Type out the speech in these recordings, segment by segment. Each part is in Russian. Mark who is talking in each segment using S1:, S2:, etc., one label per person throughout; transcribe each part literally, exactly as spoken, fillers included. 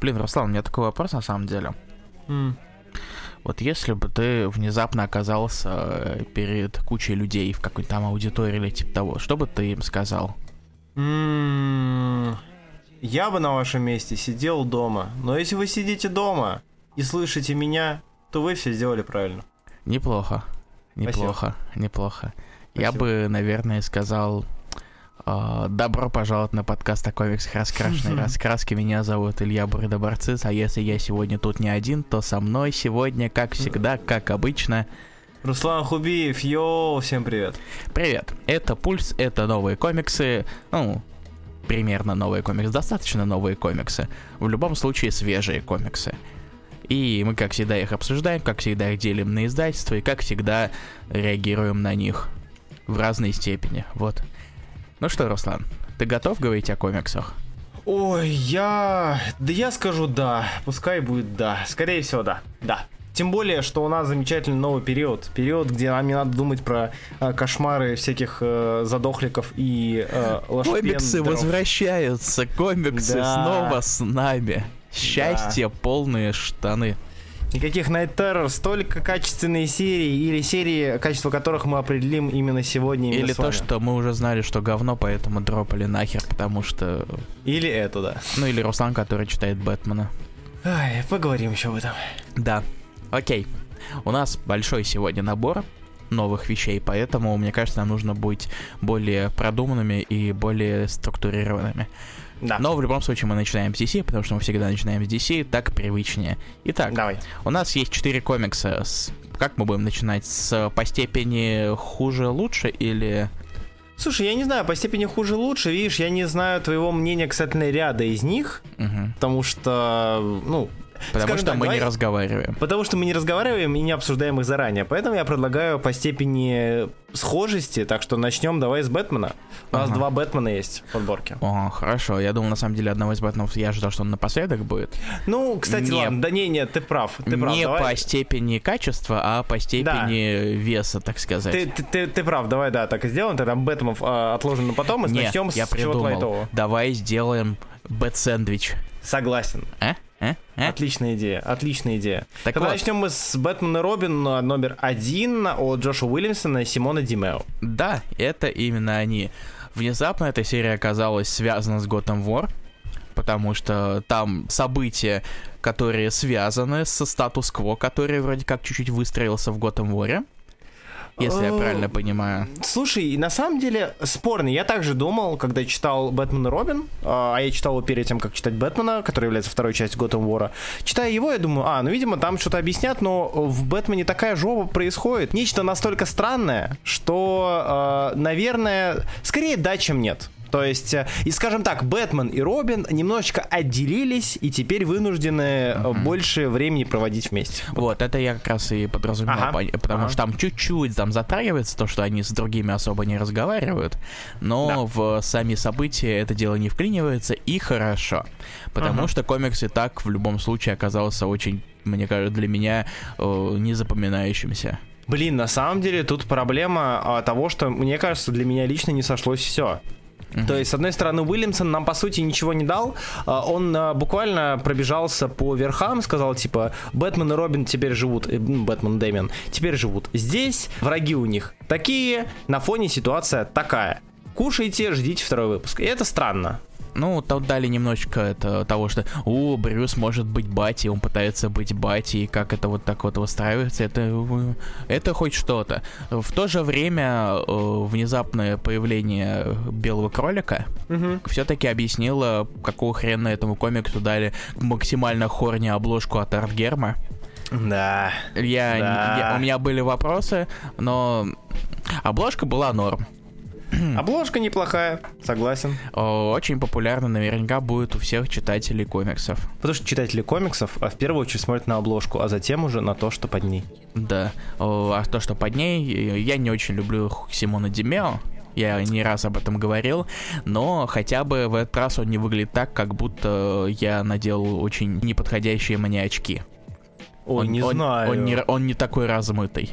S1: Блин, Руслан, у меня такой вопрос на самом деле.
S2: Mm.
S1: Вот если бы ты внезапно оказался перед кучей людей в какой-то там аудитории или типа того, что бы ты им сказал?
S2: Mm. Я бы на вашем месте сидел дома. Но если вы сидите дома и слышите меня, то вы все сделали правильно.
S1: Неплохо. Неплохо. Спасибо. Неплохо. Спасибо. Я бы, наверное, сказал... Добро пожаловать на подкаст о комиксах «Раскрашенные раскраски». Меня зовут Илья Бурдо-Барцис, а если я сегодня тут не один, то со мной сегодня, как всегда, как обычно...
S2: Руслан Хубиев, йоу, всем привет.
S1: Привет, это Пульс, это новые комиксы, ну, примерно новые комиксы, достаточно новые комиксы, в любом случае свежие комиксы. И мы, как всегда, их обсуждаем, как всегда их делим на издательства и, как всегда, реагируем на них в разной степени, вот. Ну что, Руслан, ты готов говорить о комиксах?
S2: Ой, я... Да я скажу да, пускай будет да, скорее всего да, да. Тем более, что у нас замечательный новый период, период, где нам не надо думать про э, кошмары всяких э, задохликов и э, лошадей.
S1: Комиксы возвращаются, комиксы да. снова с нами. Счастье, да. Полные штаны.
S2: Никаких Night Terrors, только качественные серии или серии, качество которых мы определим именно сегодня.
S1: Или то, что мы уже знали, что говно, поэтому дропали нахер, потому что...
S2: Или это, да.
S1: Ну или Руслан, который читает Бэтмена.
S2: Ай, поговорим еще об этом.
S1: Да, окей. У нас большой сегодня набор новых вещей, поэтому, мне кажется, нам нужно быть более продуманными и более структурированными. Да. Но в любом случае мы начинаем с ди си, потому что мы всегда начинаем с ди си, так привычнее. Итак,
S2: давай.
S1: У нас есть четыре комикса. С... Как мы будем начинать? С по степени хуже-лучше или...
S2: Слушай, я не знаю, по степени хуже-лучше, видишь, я не знаю твоего мнения касательно ряда из них,
S1: угу.
S2: потому что, ну...
S1: Потому что
S2: так,
S1: мы
S2: давай,
S1: не разговариваем.
S2: Потому что мы не разговариваем и не обсуждаем их заранее. Поэтому я предлагаю по степени схожести. Так что начнем давай с Бэтмена. У нас ага. два Бэтмена есть в подборке.
S1: О, хорошо. Я думал, на самом деле, одного из Бэтменов я ожидал, что он напоследок будет.
S2: Ну, кстати, не, ладно. Да не, нет, ты прав. Ты прав.
S1: Не
S2: давай.
S1: по степени качества, а по степени да. веса, так сказать.
S2: Ты, ты, ты, ты прав. Давай, да, так и сделаем. Тогда Бэтменов а, отложим на потом. И
S1: не,
S2: начнем
S1: я
S2: с
S1: придумал.
S2: чего-то лайтового.
S1: Давай сделаем Бэт-сэндвич.
S2: Согласен.
S1: А? А? А?
S2: Отличная идея, отличная идея.
S1: Так
S2: Тогда
S1: вот.
S2: начнем мы с Бэтмен и Робин номер один от Джоша Уильямсона и Симона Ди Мео.
S1: Да, это именно они. Внезапно эта серия оказалась связана с Gotham War, потому что там события, которые связаны со статус-кво, который вроде как чуть-чуть выстроился в Gotham War. Если я правильно понимаю.
S2: Слушай, на самом деле спорно. Я также думал, когда читал Бэтмен и Робин, а я читал его перед тем, как читать Бэтмена, который является второй частью Gotham War. Читая его, я думаю, а, ну, видимо, там что-то объяснят, но в Бэтмене такая жопа происходит. Нечто настолько странное, что, наверное, скорее да, чем нет. То есть, и скажем так, Бэтмен и Робин немножечко отделились и теперь вынуждены uh-huh. больше времени проводить вместе.
S1: Вот, это я как раз и подразумевал, ага. потому ага. что там чуть-чуть там затрагивается то, что они с другими особо не разговаривают, но да. в сами события это дело не вклинивается, и хорошо. Потому uh-huh. что комикс и так в любом случае оказался очень, мне кажется, для меня э, незапоминающимся.
S2: Блин, на самом деле тут проблема а, того, что, мне кажется, для меня лично не сошлось все. Uh-huh. То есть, с одной стороны, Уильямсон нам, по сути, ничего не дал. Он а, буквально пробежался по верхам, сказал, типа, Бэтмен и Робин теперь живут, э, Бэтмен и Дэмиан теперь живут здесь, враги у них такие, на фоне ситуация такая. Кушайте, ждите второй выпуск. И это странно.
S1: Ну, тут дали немножечко это, того, что о, Брюс может быть Бати, он пытается быть Бати, и как это вот так вот выстраивается, это, это хоть что-то. В то же время э, внезапное появление Белого Кролика угу. все-таки объяснило, какого хрена этому комиксу дали максимально хорни обложку от Арт Герма.
S2: Да.
S1: Я,
S2: да.
S1: Я, у меня были вопросы, но обложка была норм.
S2: Обложка неплохая, согласен.
S1: Очень популярна наверняка будет у всех читателей комиксов.
S2: Потому что читатели комиксов в первую очередь смотрят на обложку, а затем уже на то, что под ней.
S1: Да, а то, что под ней, я не очень люблю Симона Ди Мео. Я не раз об этом говорил, но хотя бы в этот раз он не выглядит так, как будто я надел очень неподходящие мне очки.
S2: Ой,
S1: он,
S2: не
S1: он,
S2: знаю.
S1: Он не, он не такой размытый.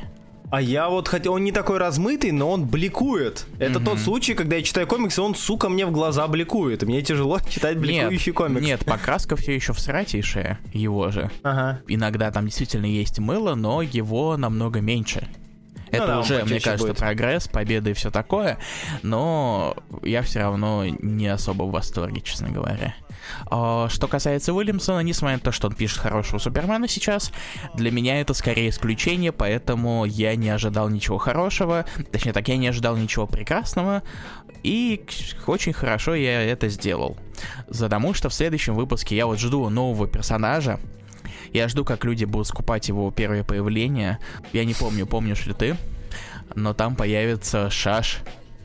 S2: А я вот хотел, он не такой размытый, но он бликует. Это mm-hmm. тот случай, когда я читаю комиксы, он, сука, мне в глаза бликует. И мне тяжело читать бликующий
S1: нет,
S2: комикс.
S1: Нет, покраска все еще всратейшая, его же.
S2: Ага.
S1: Иногда там действительно есть мыло, но его намного меньше. Это ну, да, уже, мне кажется, будет. Прогресс, победа и все такое. Но я все равно не особо в восторге, честно говоря. Что касается Уильямсона, несмотря на то, что он пишет хорошего Супермена сейчас, для меня это скорее исключение, поэтому я не ожидал ничего хорошего, точнее так, я не ожидал ничего прекрасного, и очень хорошо я это сделал. Потому что в следующем выпуске я вот жду нового персонажа, я жду, как люди будут скупать его первое появление, я не помню, помнишь ли ты, но там появится Шаш.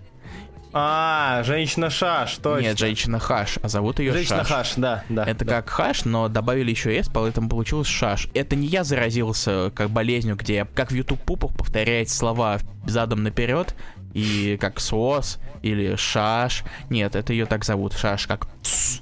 S2: А, женщина-Шаш, точно.
S1: Нет, женщина-Хаш, а зовут ее Шаш.
S2: Женщина-Хаш, да, да.
S1: Это
S2: да.
S1: как Хаш, но добавили еще S, поэтому получилось Шаш. Это не я заразился как болезнью, где как в YouTube-пупах повторяете слова задом наперед, и как СОС или Шаш. Нет, это ее так зовут, Шаш, как Тс.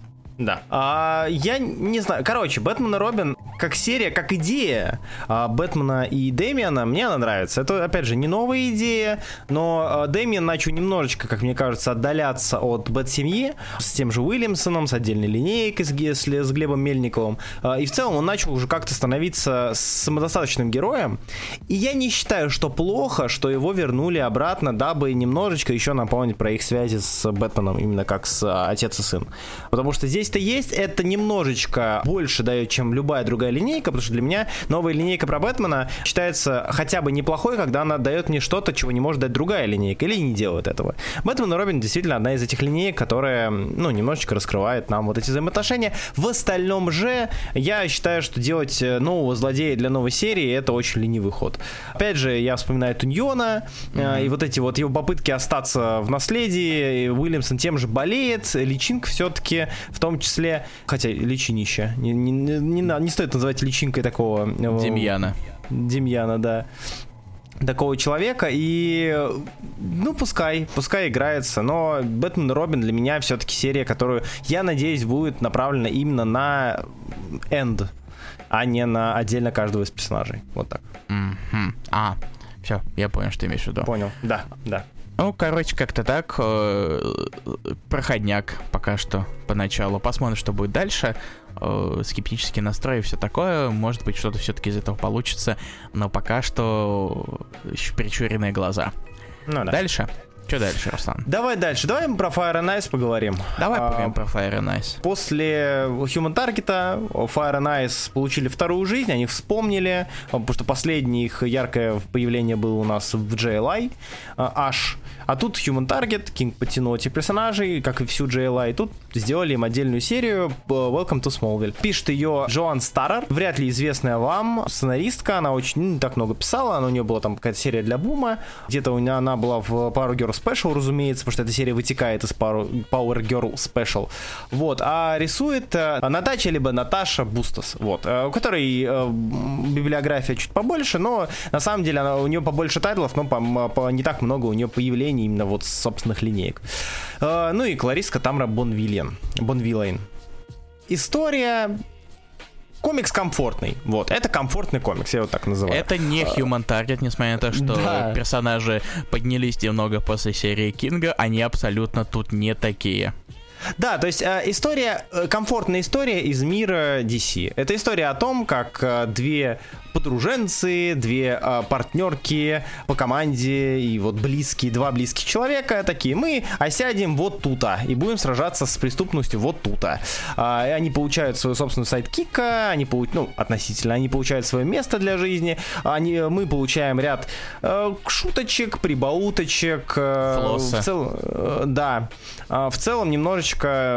S2: Да. А, я не знаю. Короче, Бэтмен и Робин как серия, как идея а, Бэтмена и Дэмиана, мне она нравится. Это, опять же, не новая идея, но а, Дэмиан начал немножечко, как мне кажется, отдаляться от Бэт-семьи с тем же Уильямсоном, с отдельной линейкой, с, с, с Глебом Мельниковым. А, и в целом он начал уже как-то становиться самодостаточным героем. И я не считаю, что плохо, что его вернули обратно, дабы немножечко еще напомнить про их связи с Бэтменом, именно как с а, отец и сын. Потому что здесь есть, это немножечко больше дает, чем любая другая линейка, потому что для меня новая линейка про Бэтмена считается хотя бы неплохой, когда она дает мне что-то, чего не может дать другая линейка, или не делает этого. Бэтмен и Робин действительно одна из этих линеек, которая, ну, немножечко раскрывает нам вот эти взаимоотношения. В остальном же, я считаю, что делать нового злодея для новой серии — это очень ленивый ход. Опять же, я вспоминаю Туньона, mm-hmm. и вот эти вот его попытки остаться в наследии, Уильямсон тем же болеет, личинка все-таки в том числе, хотя личинище, не, не, не, не стоит называть личинкой такого...
S1: Демьяна.
S2: Демьяна, да. Такого человека, и, ну, пускай, пускай играется, но Бэтмен и Робин для меня все-таки серия, которую, я надеюсь, будет направлена именно на энд, а не на отдельно каждого из персонажей. Вот так.
S1: Mm-hmm. А, все, я понял, что ты имеешь в виду.
S2: Понял, да, да.
S1: Ну, короче, как-то так. Э, проходняк пока что поначалу. Посмотрим, что будет дальше. Э, скептический настрой и все такое. Может быть, что-то все-таки из этого получится. Но пока что прищуренные глаза. Ну, да. Дальше. Что дальше, Руслан?
S2: Давай дальше. Давай мы про Fire and Ice поговорим.
S1: Давай
S2: а,
S1: поговорим про Fire and Ice.
S2: После Human Target Fire and Ice получили вторую жизнь, они вспомнили, потому что последнее их яркое появление было у нас в джей эл ай, аж. А тут Human Target, Кинг подтянул этих персонажей, как и всю джей эл ай. Тут сделали им отдельную серию Welcome to Smallville. Пишет ее Джоан Старрер, вряд ли известная вам сценаристка. Она очень ну, не так много писала, она, у нее была там какая-то серия для Бума. Где-то у нее она была в Power Girl Special, разумеется, потому что эта серия вытекает из Power Girl Special. Вот. А рисует Натача либо Наташа Бустас, вот, у которой э, библиография чуть побольше, но на самом деле она, у нее побольше тайтлов, но по, по, не так много у нее появлений именно вот с собственных линеек. Э, ну и колористка Тамра Бонвиллен. Бонвиллен. История... Комикс комфортный. Вот, это комфортный комикс, я его так называю.
S1: Это не Human Target, несмотря на то, что да. персонажи поднялись немного после серии Кинга, они абсолютно тут не такие.
S2: Да, то есть э, история, э, комфортная история из мира ди си. Это история о том, как э, две подруженцы, две э, партнерки по команде и вот близкие, два близких человека такие, мы осядем вот тут-то и будем сражаться с преступностью вот тут-то. Э, и они получают свою собственную сайдкика, они получают, ну, относительно, они получают свое место для жизни, они, мы получаем ряд э, шуточек, прибауточек. Э, в цел, э, да, э, в целом немножечко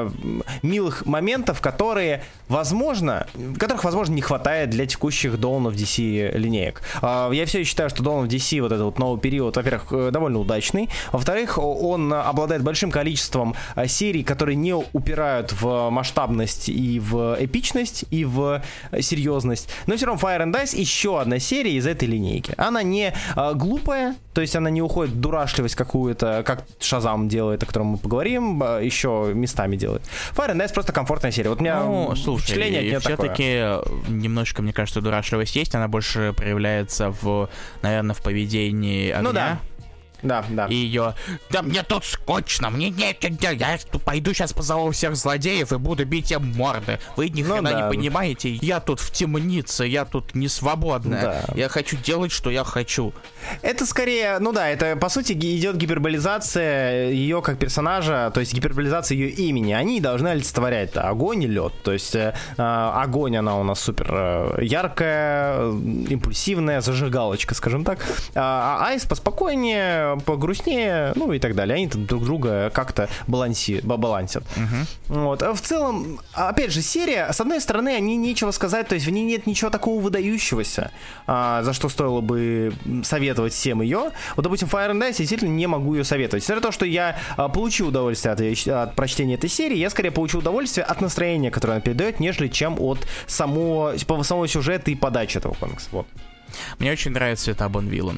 S2: милых моментов, которые, возможно, которых, возможно, не хватает для текущих Dawn of ди си линеек. Я все еще считаю, что Dawn of ди си, вот этот вот новый период, во-первых, довольно удачный. Во-вторых, он обладает большим количеством серий, которые не упирают в масштабность и в эпичность, и в серьезность. Но все равно Fire and Ice еще одна серия из этой линейки. Она не глупая, то есть она не уходит в дурашливость какую-то, как Шазам делает, о котором мы поговорим, еще местами делает. Fire and Ice просто комфортная серия. Вот у меня
S1: ну, слушай,
S2: впечатление от нее
S1: все-таки
S2: такое.
S1: Немножечко, мне кажется, дурашливость есть. часть, она больше проявляется в, наверное, в поведении огня.
S2: Ну да. Да, да.
S1: И ее, да мне тут скучно, мне нет, я, я пойду сейчас позову всех злодеев и буду бить им морды. Вы ни хрена ну, да. не понимаете, я тут в темнице, я тут не свободная, да. я хочу делать, что я хочу.
S2: Это скорее, ну да, это по сути идет гиперболизация ее как персонажа, то есть гиперболизация ее имени. Они должны олицетворять огонь и лед. То есть э, огонь, она у нас супер э, яркая, импульсивная, зажигалочка, скажем так. А Айс поспокойнее, погрустнее, ну и так далее. Они там друг друга как-то баланси, балансят. Uh-huh. Вот. А в целом, опять же, серия, с одной стороны, о ней нечего сказать, то есть в ней нет ничего такого выдающегося, а, за что стоило бы советовать всем ее. Вот, допустим, Fire and Ice действительно не могу ее советовать. Несмотря на то, что я а, получил удовольствие от, от прочтения этой серии, я скорее получил удовольствие от настроения, которое она передает, нежели чем от само, самого сюжета и подачи этого комикса. Вот.
S1: Мне очень нравится цвета Бон Виллан.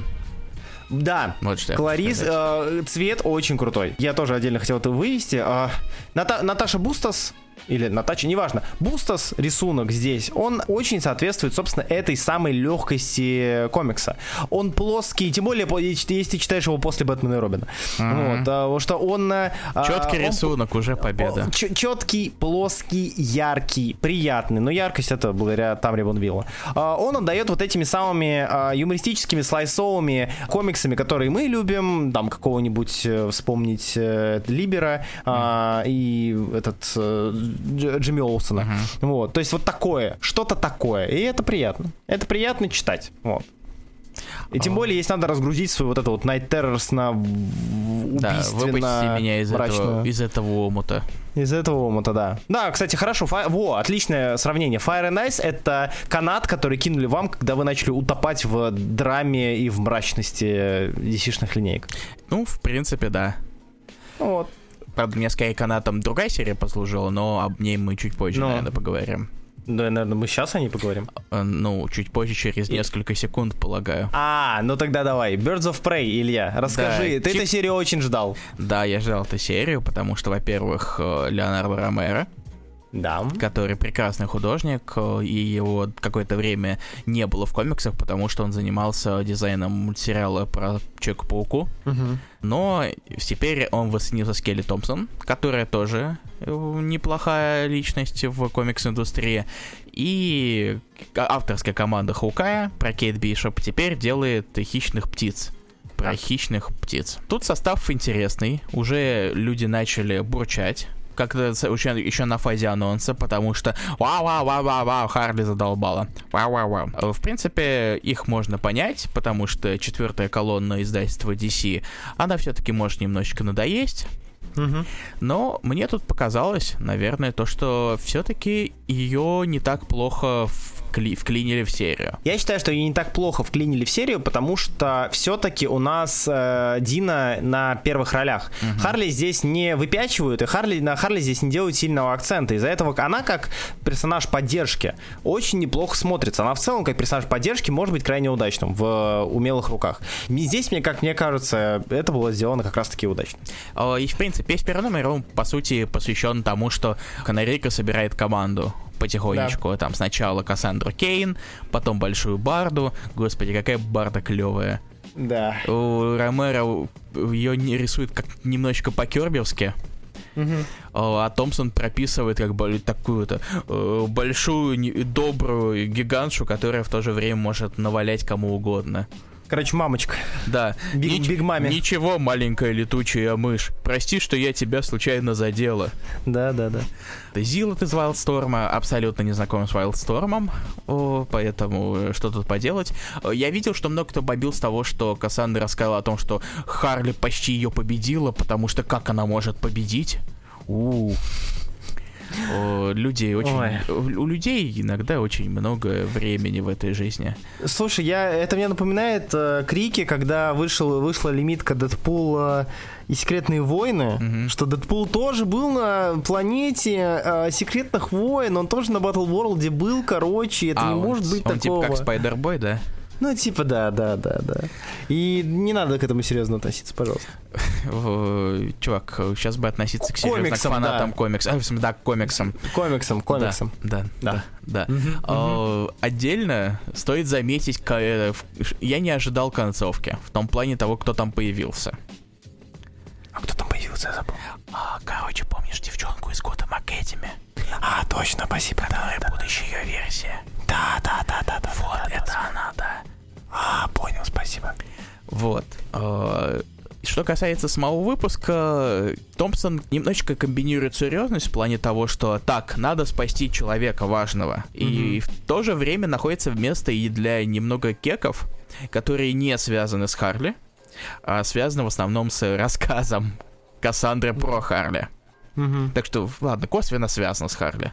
S2: Да, вот Кларис, э, цвет очень крутой. Я тоже отдельно хотел это вывести. Э, Ната- Наташа Бустас, или Натача, неважно, Бустас, рисунок здесь, он очень соответствует, собственно, этой самой легкости комикса. Он плоский, тем более, если ты читаешь его после Бэтмена и Робина. Mm-hmm. Вот, потому что он...
S1: Четкий он, рисунок, уже победа.
S2: Ч- четкий, плоский, яркий, приятный. Но яркость это благодаря Тамре Бонвиллу. Он отдает вот этими самыми юмористическими, слайсовыми комиксами, которые мы любим, там какого-нибудь, вспомнить, Либера mm-hmm. и этот... Джимми Олсона. Uh-huh. Вот. То есть вот такое, что-то такое. И это приятно. Это приятно читать. Вот. И тем oh. более, если надо разгрузить свой вот это вот Night Terrors на убийственно
S1: да, выпустите меня из этого, из этого омута.
S2: Из этого омута, да. Да, кстати, хорошо. Фай... Во, отличное сравнение. Fire and Ice — это канат, который кинули вам, когда вы начали утопать в драме и в мрачности ди си-шных линеек.
S1: Ну, в принципе, да.
S2: Вот.
S1: Правда, мне скорее канатом другая серия послужила, но об ней мы чуть позже, но... наверное, поговорим.
S2: Да, наверное, мы сейчас о ней поговорим.
S1: Ну, чуть позже, через несколько секунд, полагаю.
S2: А, ну тогда давай. Birds of Prey, Илья, расскажи. Да, ты чип... эту серию очень ждал.
S1: Да, я ждал эту серию, потому что, во-первых, Леонардо Ромеро,
S2: да.
S1: который прекрасный художник, и его какое-то время не было в комиксах, потому что он занимался дизайном мультсериала про Человека-пауку. Угу. Но теперь он воссоединился с Келли Томпсон, которая тоже неплохая личность в комикс-индустрии. И авторская команда Хоукая про Кейт Бишоп теперь делает «Хищных птиц». Про а. хищных птиц. Тут состав интересный, уже люди начали бурчать. Как-то еще, еще на фазе анонса, потому что вау-вау-вау-вау, Харли задолбала. Вау-вау-вау. В принципе, их можно понять, потому что четвертая колонна издательства ди си, она все-таки может немножечко надоесть. Угу. Но мне тут показалось, наверное, то, что все-таки ее не так плохо вкли- вклинили в серию.
S2: Я считаю, что ее не так плохо вклинили в серию, потому что все-таки у нас э, Дина на первых ролях. Угу. Харли здесь не выпячивают, и Харли, на Харли здесь не делают сильного акцента. Из-за этого она, как персонаж поддержки, очень неплохо смотрится. Она в целом, как персонаж поддержки, может быть крайне удачным в умелых руках. Здесь, мне, как мне кажется, это было сделано как раз-таки удачно.
S1: И, в принципе, весь первый номер, он, по сути, посвящен тому, что Канарейка собирает команду потихонечку. Да. Там сначала Кассандру Кейн, потом Большую Барду. Господи, какая Барда клевая.
S2: Да.
S1: У Ромеро ее рисует как немножечко по-керберски. Угу. А Томпсон прописывает как бы такую-то э, большую, добрую гигантшу, которая в то же время может навалять кому угодно.
S2: Короче, мамочка.
S1: Да.
S2: Биг, Нич- биг маме.
S1: Ничего, маленькая летучая мышь. Прости, что я тебя случайно задела.
S2: Да, да, да.
S1: Зилот из Вайлдсторма абсолютно не знаком с Вайлдстормом, поэтому что тут поделать. Я видел, что много кто бомбил с того, что Кассандра рассказала о том, что Харли почти ее победила, потому что как она может победить? У-у-у. О, людей очень, у людей иногда очень много времени в этой жизни.
S2: Слушай, я, это мне напоминает э, крики, когда вышел, вышла лимитка Дэдпула и Секретные войны, mm-hmm. что Дэдпул тоже был на планете э, Секретных войн, он тоже на Battle World был, короче, это а, не
S1: он,
S2: может быть
S1: он
S2: такого.
S1: Он типа как Спайдербой, да?
S2: Ну, типа, да, да, да, да. И не надо к этому серьезно относиться, пожалуйста.
S1: Чувак, сейчас бы относиться к серьезно
S2: комиксам,
S1: к фанатам
S2: да.
S1: комиксов. Да, к комиксам.
S2: Комиксам, комиксам.
S1: Да, да, да. да.
S2: Угу,
S1: uh,
S2: угу.
S1: Отдельно стоит заметить, я не ожидал концовки, в том плане того, кто там появился.
S2: А кто там появился, я забыл.
S1: А, короче, помнишь девчонку из Gotham Academy?
S2: А, точно, спасибо.
S1: Которая
S2: да,
S1: будущая ее версия.
S2: Да, да, да, да, да.
S1: Вот,
S2: да,
S1: это
S2: да,
S1: она, да.
S2: А, понял, спасибо.
S1: Вот. Что касается самого выпуска, Томпсон немножечко комбинирует серьезность в плане того, что так, надо спасти человека важного. Mm-hmm. И в то же время находится место и для немного кеков, которые не связаны с Харли, а связаны в основном с рассказом Кассандры про Харли.
S2: Mm-hmm.
S1: Так что, ладно, косвенно связано с Харли.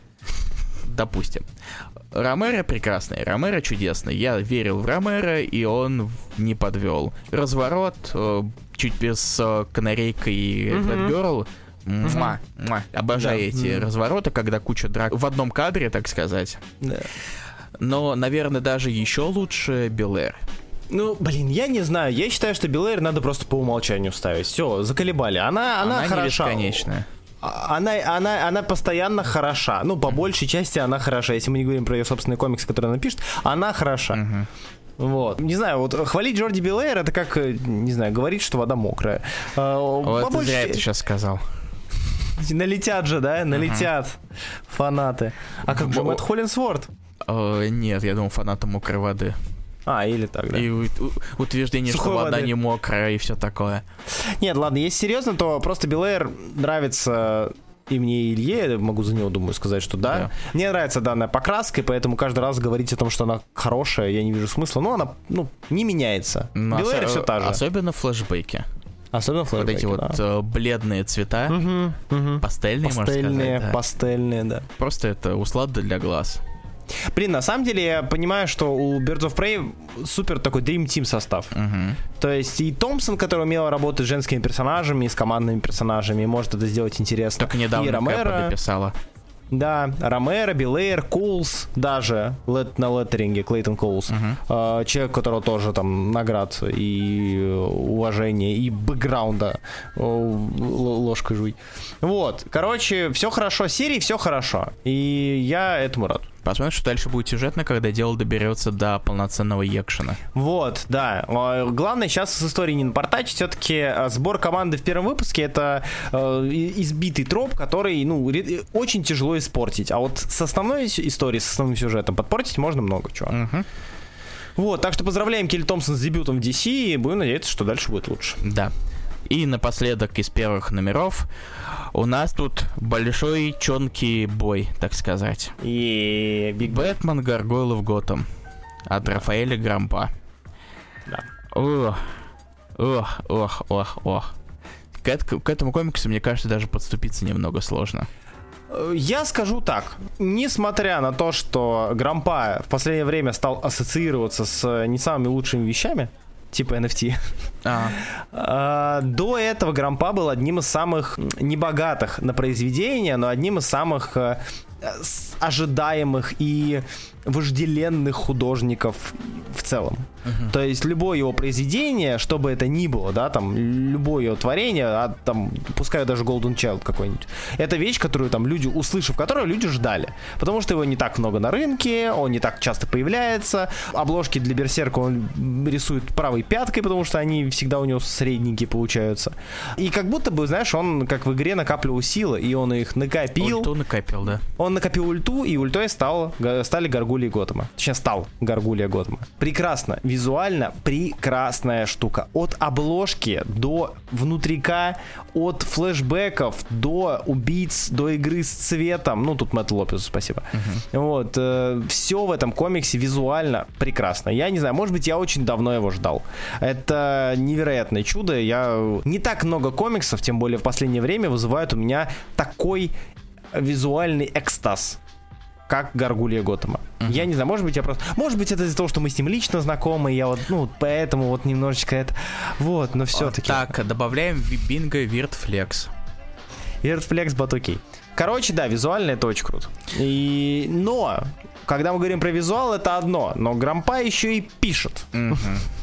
S1: Допустим. Ромеро прекрасный, Ромеро чудесный. Я верил в Ромеро, и он не подвел. Разворот, чуть без канарейка и Бэтгерл. Муа, муа. Обожаю да. эти mm. развороты, когда куча драк в одном кадре, так сказать.
S2: Да.
S1: Но, наверное, даже еще лучше Белэр.
S2: Ну, блин, я не знаю. Я считаю, что Белэр надо просто по умолчанию ставить. Все, заколебали. Она, она, она хороша.
S1: Она не бесконечная.
S2: Она, она, она постоянно хороша. Ну, по большей части она хороша. Если мы не говорим про ее собственные комиксы, которые она пишет, она хороша.
S1: Uh-huh.
S2: Вот. Не знаю, вот хвалить Джорди Белэр, это как, не знаю, говорить, что вода мокрая.
S1: Вот побольше... зря это сейчас сказал.
S2: Налетят же, да? Налетят uh-huh. фанаты. А как же Мэтт Холлинсворт?
S1: Uh, нет, я думал, фанаты мокрой воды.
S2: А, или так, да.
S1: И у- утверждение, Сухой что воды. Вода не мокрая и все такое.
S2: Нет, ладно, если серьезно, то просто Белэр нравится и мне, и Илье, я могу за него, думаю, сказать, что да. да. Мне нравится данная покраска, и поэтому каждый раз говорить о том, что она хорошая, я не вижу смысла. Но она, ну, не меняется.
S1: Но
S2: Белэр ос- все та же.
S1: Особенно флешбеки.
S2: Особенно флешбеки,
S1: вот эти
S2: да.
S1: вот бледные цвета,
S2: угу, угу.
S1: пастельные,
S2: пастельные,
S1: можно сказать. Да.
S2: Пастельные, да.
S1: Просто это услада для глаз.
S2: Блин, на самом деле я понимаю, что у Birds of Prey супер такой Dream Team состав.
S1: Uh-huh.
S2: То есть и Томпсон, который умел работать с женскими персонажами, с командными персонажами, может это сделать интересно.
S1: Только недавно
S2: и Ромеро
S1: дописала.
S2: Да, Ромеро, Белэр, Коулс, даже лет, на леттеринге Клейтон Коулс. Uh-huh. э, человек, у которого тоже там наград и уважения, и бэкграунда э, ложкой жуй. Вот, короче, все хорошо, серии все хорошо, и я этому рад.
S1: Посмотрим, что дальше будет сюжетно, когда дело доберется до полноценного экшена.
S2: Вот, да. Главное сейчас с историей не напортачить. Все-таки сбор команды в первом выпуске — это э, избитый троп, который, ну, очень тяжело испортить. А вот с основной историей, с основным сюжетом подпортить можно много чего.
S1: Угу.
S2: Вот, так что поздравляем Келли Томпсон с дебютом в ди си и будем надеяться, что дальше будет лучше.
S1: Да. И напоследок из первых номеров у нас тут большой чонкий бой, так сказать.
S2: И Биг
S1: Бэтмен Гаргойлы в Готэм от Рафаэля Грампа.
S2: Да.
S1: Ох, ох, ох, ох, ох. К, к этому комиксу, мне кажется, даже подступиться немного сложно.
S2: Я скажу так, несмотря на то, что Грампа в последнее время стал ассоциироваться с не самыми лучшими вещами, типа эн эф ти. А. А, до этого Грампа был одним из самых небогатых на произведение, но одним из самых а, ожидаемых и вожделенных художников в целом. Uh-huh. То есть любое его произведение, что бы это ни было, да, там, любое его творение, а, там, пускай даже Golden Child какой-нибудь, это вещь, которую там люди, услышав которую, люди ждали. Потому что его не так много на рынке, он не так часто появляется, обложки для Берсерка он рисует правой пяткой, потому что они всегда у него средненькие получаются. И как будто бы, знаешь, он как в игре накапливал силы, и он их накопил.
S1: Ульту накопил, да.
S2: Он накопил ульту, и ультой стал, стали Гаргульи Готэма. Точнее, стал Гаргулья Готэма. Прекрасно. Визуально прекрасная штука. От обложки до внутрика, от флешбеков до убийц, до игры с цветом. Ну, тут Мэтту Лопесу спасибо. Uh-huh. Вот. Э, все в этом комиксе визуально прекрасно. Я не знаю, может быть, я очень давно его ждал. Это невероятное чудо. Я... Не так много комиксов, тем более в последнее время, вызывают у меня такой визуальный экстаз, как Гаргулья Готэма. Uh-huh. Я не знаю, может быть, я просто... Может быть, это из-за того, что мы с ним лично знакомы, и я вот, ну, поэтому вот немножечко это... Вот, но все-таки...
S1: Так, добавляем Бинго Вирт Флекс.
S2: Weird flex, but окей. Короче, да, визуально это очень круто. И... Но, когда мы говорим про визуал, это одно. Но Грампа еще и пишет.
S1: Mm-hmm.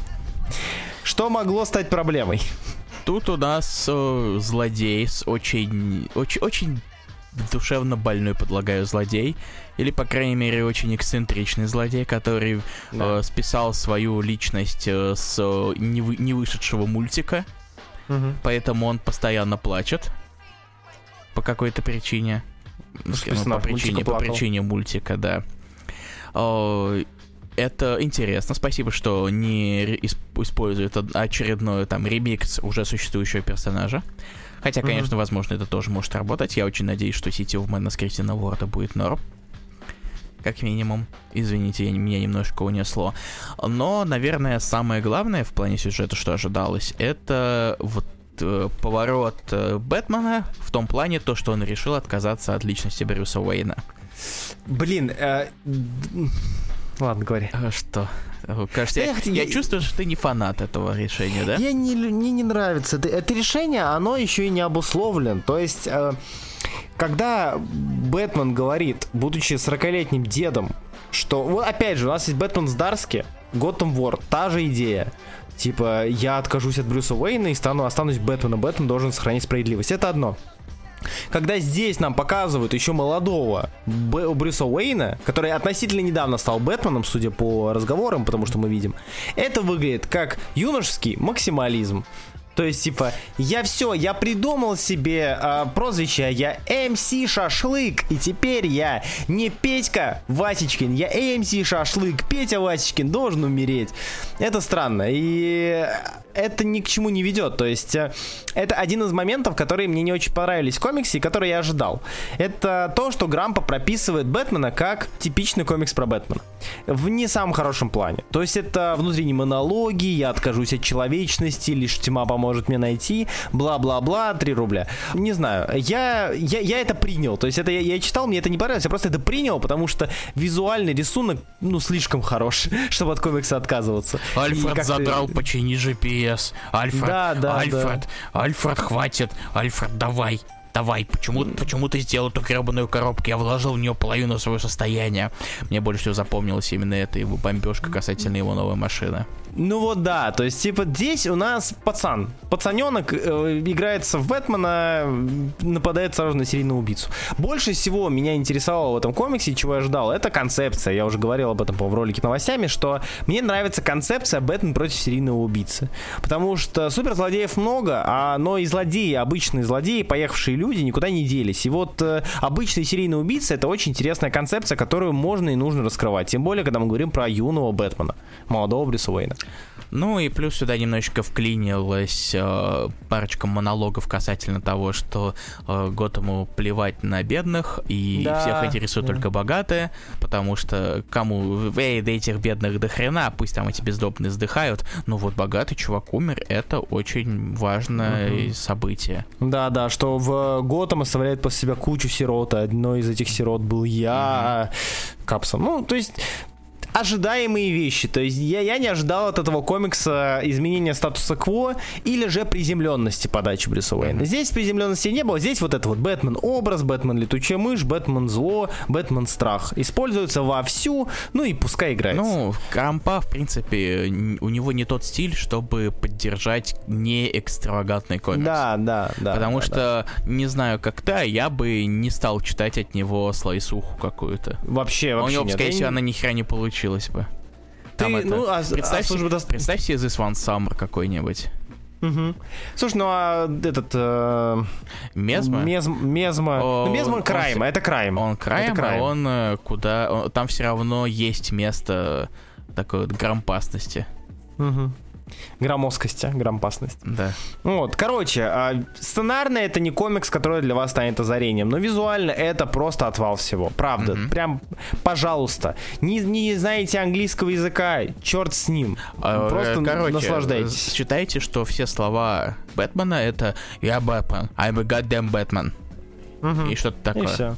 S2: Что могло стать проблемой?
S1: Тут у нас э, злодей с очень, очень, очень душевно больной, предлагаю, злодей. Или, по крайней мере, очень эксцентричный злодей, который да. э, списал свою личность э, с э, не, вы, не вышедшего мультика. Угу. Поэтому он постоянно плачет. По какой-то причине. Ну, по причине, по причине мультика, да. Э, это интересно. Спасибо, что не использует очередной там ремикс уже существующего персонажа. Хотя, конечно, mm-hmm. возможно, это тоже может работать. Я очень надеюсь, что City of Man с Кристином Уорда будет норм. Как минимум. Извините, я, меня немножко унесло. Но, наверное, самое главное в плане сюжета, что ожидалось, это вот э, поворот э, Бэтмена в том плане, то, что он решил отказаться от личности Брюса Уэйна.
S2: Блин, э... ладно, говори.
S1: А что? Кажется, я, я, я чувствую, что ты не фанат этого решения, да?
S2: Я не, мне не нравится. Это, это решение, оно еще и не обусловлено. То есть, э, когда Бэтмен говорит, будучи сорокалетним дедом, что... Вот опять же, у нас есть Бэтмен с Дарски, Готэм Ворд, та же идея. Типа, я откажусь от Брюса Уэйна и стану, останусь Бэтменом. Бэтмен должен сохранить справедливость. Это одно. Когда здесь нам показывают еще молодого Б- Брюса Уэйна, который относительно недавно стал Бэтменом, судя по разговорам, потому что мы видим, это выглядит как юношеский максимализм. То есть, типа, я все, я придумал себе э, прозвище, я эм си Шашлык, и теперь я не Петька Васечкин, я эм си Шашлык, Петя Васечкин должен умереть. Это странно, и это ни к чему не ведет. То есть, э, это один из моментов, которые мне не очень понравились в комиксе, и которые я ожидал. Это то, что Грампа прописывает Бэтмена как типичный комикс про Бэтмена. В не самом хорошем плане. То есть, это внутренние монологи, я откажусь от человечности, лишь тьма поможет может мне найти, бла-бла-бла, три рубля. Не знаю, я, я, я это принял, то есть это я, я читал, мне это не понравилось, я просто это принял, потому что визуальный рисунок, ну, слишком хорош, чтобы от комикса отказываться.
S1: Альфред задрал, ты... почини джи пи эс. Альфред, да, да, Альфред, да. Альфред, хватит, Альфред, давай. Давай, почему, почему ты сделал эту гребаную коробку? Я вложил в нее половину своего состояния. Мне больше всего запомнилась именно эта его бомбежка касательно его новой машины.
S2: Ну вот да, то есть типа здесь у нас пацан, пацаненок э, играется в Бэтмена, нападает сразу на серийного убийцу. Больше всего меня интересовало в этом комиксе, чего я ждал, это концепция. Я уже говорил об этом, по-моему, в ролике новостями, что мне нравится концепция Бэтмен против серийного убийцы. Потому что суперзлодеев много, а, но и злодеи, обычные злодеи, поехавшие люди, никуда не делись. И вот э, обычный серийный убийца — это очень интересная концепция, которую можно и нужно раскрывать. Тем более, когда мы говорим про юного Бэтмена, молодого Брюса Уэйна.
S1: Ну и плюс сюда немножечко вклинилась э, парочка монологов касательно того, что э, Готэму плевать на бедных, и да, всех интересуют да. только богатые, потому что кому, эй, да этих бедных до хрена, пусть там эти бездомные сдыхают, но вот богатый чувак умер, это очень важное угу. событие. Да-да, что в Готэм оставляет после себя кучу сирот, одной из этих сирот был я, угу. Капсом. Ну, то есть... ожидаемые вещи. То есть я, я не ожидал от этого комикса изменения статуса кво или же приземленности подачи Брюса Уэйна. Mm-hmm. Здесь приземленности не было. Здесь вот это вот Бэтмен образ, Бэтмен летучая мышь, Бэтмен зло, Бэтмен страх. Используется вовсю, ну и пускай играется. Ну, Грампа, в принципе, у него не тот стиль, чтобы поддержать не экстравагантный комикс. Да, да, да. Потому да, что, да. не знаю, как ты, я бы не стал читать от него слайсуху какую-то. Вообще, вообще. У него, скорее всего, она ни хера не получилась бы. Ты, это... ну, а, представь, а, себе, представь себе This One Summer какой-нибудь. Угу. Слушай, ну а этот... Э, Мезма? Мезм, мезма. О, ну, Мезма он Крайма, это Крайм. Он Крайм, а он э, куда... Он, там все равно есть место такой вот грампасности. Угу. Громоздкости, громпасность. Да. Вот, короче, сценарно это не комикс, который для вас станет озарением, но визуально это просто отвал всего. Правда. Mm-hmm. Прям, пожалуйста. Не, не знаете английского языка, черт с ним. А, просто короче, наслаждайтесь. Считайте, что все слова Бэтмена это «Я Бэтмен», «I'm a goddamn Batman». Mm-hmm. И что-то такое. И все.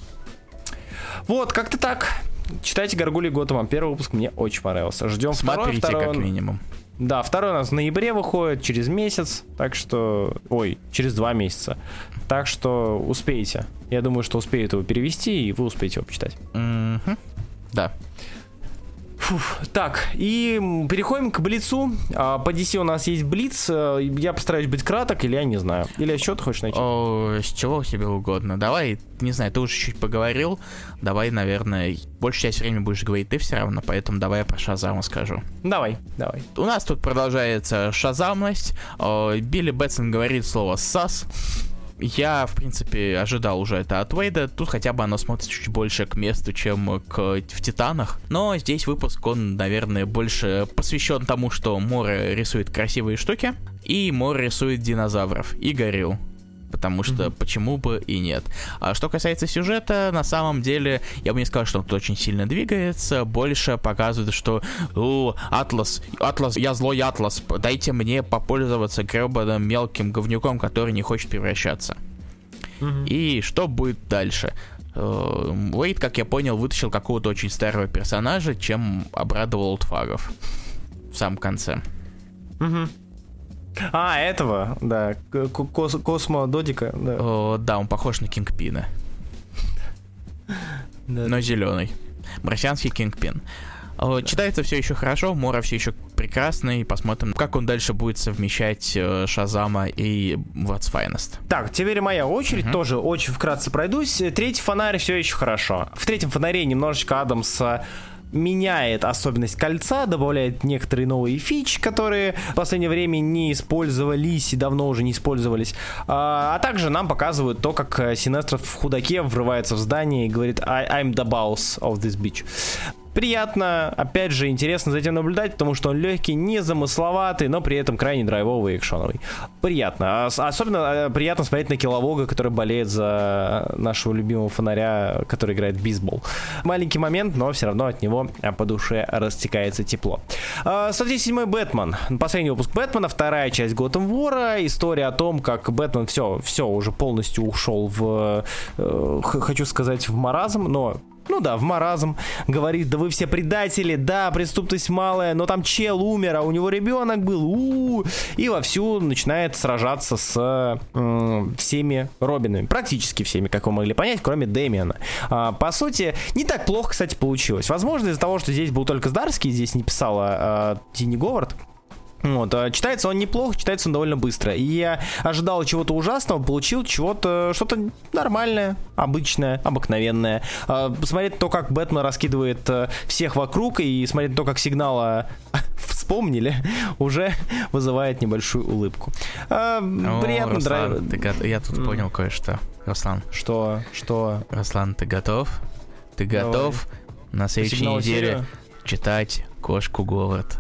S1: Вот, как-то так. Читайте «Гаргульи Готэма». Первый выпуск мне очень понравился. Ждем второй, второй. Смотрите, как минимум.
S2: Да, второй у нас в ноябре выходит, через месяц, так что... Ой, через два месяца. Так что успеете. Я думаю, что успеют его перевести, и вы успеете его почитать.
S1: Mm-hmm. Да.
S2: Фух, так, и переходим к Блицу. А, по ди си у нас есть Блиц. Я постараюсь быть краток, или я не знаю. Или что ты хочешь начать?
S1: О, с чего тебе угодно. Давай, не знаю, ты уже чуть поговорил. Давай, наверное, большую часть времени будешь говорить ты все равно, поэтому давай я про Шазама скажу.
S2: Давай, давай.
S1: У нас тут продолжается шазамность. О, Билли Бэтсон говорит слово «сас». Я, в принципе, ожидал уже это от Уэйда. Тут хотя бы оно смотрится чуть больше к месту, чем к, в Титанах. Но здесь выпуск, он, наверное, больше посвящен тому, что Мора рисует красивые штуки, и Мора рисует динозавров и горилл. Потому что mm-hmm. почему бы и нет. А что касается сюжета, на самом деле, я бы не сказал, что он тут очень сильно двигается. Больше показывает, что «О, Атлас, Атлас, я злой Атлас, дайте мне попользоваться гребаным мелким говнюком, который не хочет превращаться». Mm-hmm. И что будет дальше? Уэйд, как я понял, вытащил какого-то очень старого персонажа, чем обрадовал олдфагов в самом конце.
S2: Mm-hmm. А, этого, да, Кос- Космо Додика, да.
S1: О, да, он похож на Кингпина. Но зеленый. Марсианский Кингпин. Читается все еще хорошо, Мора все еще прекрасный. Посмотрим, как он дальше будет совмещать Шазама и What's Finest.
S2: Так, теперь моя очередь, uh-huh. тоже очень вкратце пройдусь. Третий фонарь все еще хорошо. В третьем фонаре немножечко Адамс меняет особенность кольца, добавляет некоторые новые фичи, которые в последнее время не использовались и давно уже не использовались. А, а также нам показывают то, как Синестра в худаке врывается в здание и говорит I'm the boss of this bitch. Приятно, опять же, интересно за этим наблюдать, потому что он легкий, незамысловатый, но при этом крайне драйвовый и экшоновый. Приятно. Особенно приятно смотреть на Киловога, который болеет за нашего любимого фонаря, который играет в бейсбол. Маленький момент, но все равно от него по душе растекается тепло. сто тридцать седьмой Бэтмен. Последний выпуск Бэтмена, вторая часть Готэм Вора. История о том, как Бэтмен все, все уже полностью ушел в, хочу сказать, в маразм, но... Ну да, в маразм. Говорит, да вы все предатели, да, преступность малая, но там чел умер, а у него ребенок был, у-у-у. И вовсю начинает сражаться с э, всеми Робинами. Практически всеми, как вы могли понять, кроме Дэмиана. А, по сути, не так плохо, кстати, получилось. Возможно, из-за того, что здесь был только Здарский, здесь не писала а, Тини Говард. Вот, читается он неплохо, читается он довольно быстро. И я ожидал чего-то ужасного, получил чего-то, что-то нормальное, обычное, обыкновенное. Посмотреть то, как Бэтмен раскидывает всех вокруг, и смотреть то, как Сигнала вспомнили, уже вызывает небольшую улыбку. А,
S1: О,
S2: приятно
S1: Руслан, ты го- я тут mm. понял кое-что. Руслан.
S2: Что? Что?
S1: Руслан, ты готов? Ты
S2: Давай.
S1: готов на следующей неделе серию? Читать Кошку Говард?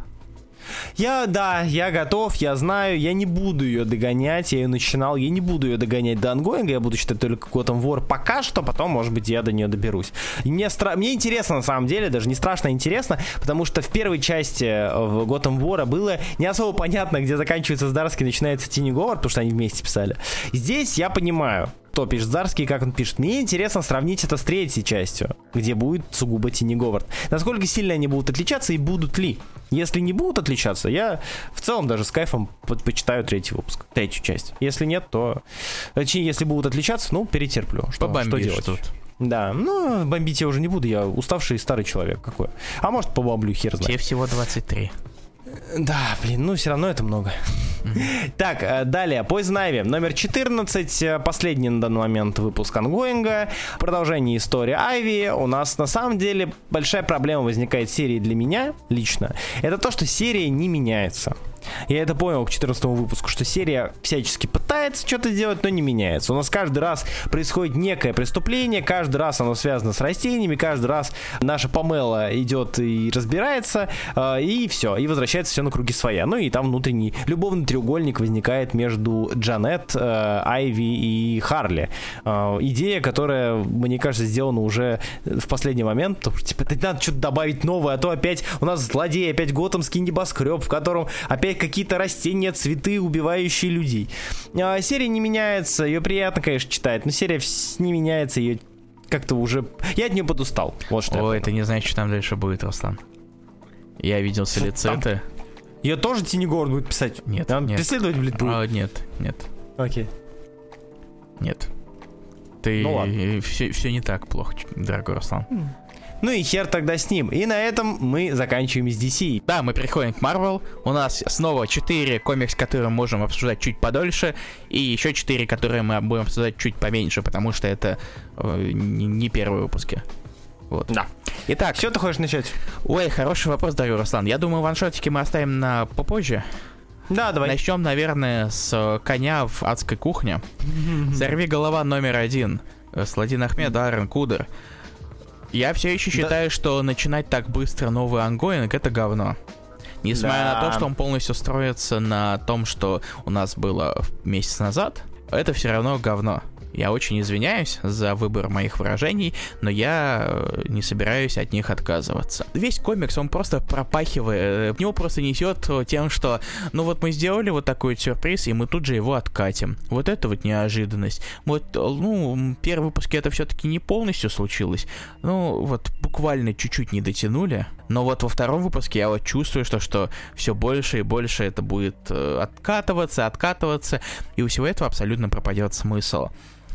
S2: Я, да, я готов, я знаю, я не буду ее догонять, я ее начинал, я не буду ее догонять до ангоинга, я буду читать только Готэм Вор пока что, потом, может быть, я до нее доберусь. И мне, стра... мне интересно, на самом деле, даже не страшно интересно, потому что в первой части в Готэм Вора было не особо понятно, где заканчивается Здарский, начинается Тини Говард, потому что они вместе писали. Здесь я понимаю, кто пишет Здарский, как он пишет. Мне интересно сравнить это с третьей частью, где будет сугубо Тини Говард. Насколько сильно они будут отличаться и будут ли? Если не будут отличаться, я в целом даже с кайфом почитаю третий выпуск, третью часть. Если нет, то... Если будут отличаться, ну, перетерплю. Что, что делать? Тут. Да, ну, бомбить я уже не буду, я уставший старый человек какой. А может, побомблю, хер знает.
S1: Тебе всего двадцать три.
S2: Да, блин, ну все равно это много. Mm-hmm. Так, далее, Poison Ivy, номер четырнадцать, последний на данный момент выпуск ангоинга, продолжение истории Айви. У нас на самом деле большая проблема возникает в серии для меня лично. Это то, что серия не меняется. Я это понял к четырнадцатому выпуску, что серия всячески пытается что-то сделать, но не меняется. У нас каждый раз происходит некое преступление, каждый раз оно связано с растениями, каждый раз наша Памела идет и разбирается, э, и все, и возвращается все на круги своя. Ну и там внутренний любовный треугольник возникает между Джанет, э, Айви и Харли. Э, идея, которая, мне кажется, сделана уже в последний момент, потому что, типа, надо что-то добавить новое, а то опять у нас злодей, опять готэмский небоскреб, в котором опять какие-то растения, цветы, убивающие людей. А, серия не меняется, ее приятно, конечно, читать, но серия не меняется, ее как-то уже... Я от нее подустал. Вот что.
S1: Ой, это не значит, что там дальше будет, Руслан. Я видел солицеты.
S2: Ее тоже Тини Говард будет писать?
S1: Нет,
S2: Он
S1: нет.
S2: преследовать, блядь, будет?
S1: А, нет, нет,
S2: Окей.
S1: нет. Ты
S2: Ну ладно.
S1: все, все не так плохо, дорогой Руслан.
S2: Ну и хер тогда с ним. И на этом мы заканчиваем с ди си.
S1: Да, мы переходим к Marvel. У нас снова четыре комикс, которые мы можем обсуждать чуть подольше, и еще четыре, которые мы будем обсуждать чуть поменьше, потому что это э, не, не первые выпуски. Вот.
S2: Да.
S1: Итак.
S2: Что ты хочешь начать?
S1: Ой, хороший вопрос, дорогой Руслан. Я думаю, ваншотики мы оставим на попозже.
S2: Да, давай.
S1: Начнем, наверное, с коня в адской кухне. Сорви голова номер один. Сладин Ахмед, Аарон Кудер. Я все еще считаю, да. что начинать так быстро новый ангоинг — это говно. Несмотря да. на то, что он полностью строится на том, что у нас было месяц назад, это все равно говно. Я очень извиняюсь за выбор моих выражений, но я не собираюсь от них отказываться. Весь комикс, он просто пропахивает, в него просто несет тем, что ну вот мы сделали вот такой вот сюрприз, и мы тут же его откатим. Вот это вот неожиданность. Вот, ну, первые выпуски это все-таки не полностью случилось. Ну, вот буквально чуть-чуть не дотянули. Но вот во втором выпуске я вот чувствую, что, что все больше и больше это будет э, откатываться, откатываться, и у всего этого абсолютно пропадет смысл.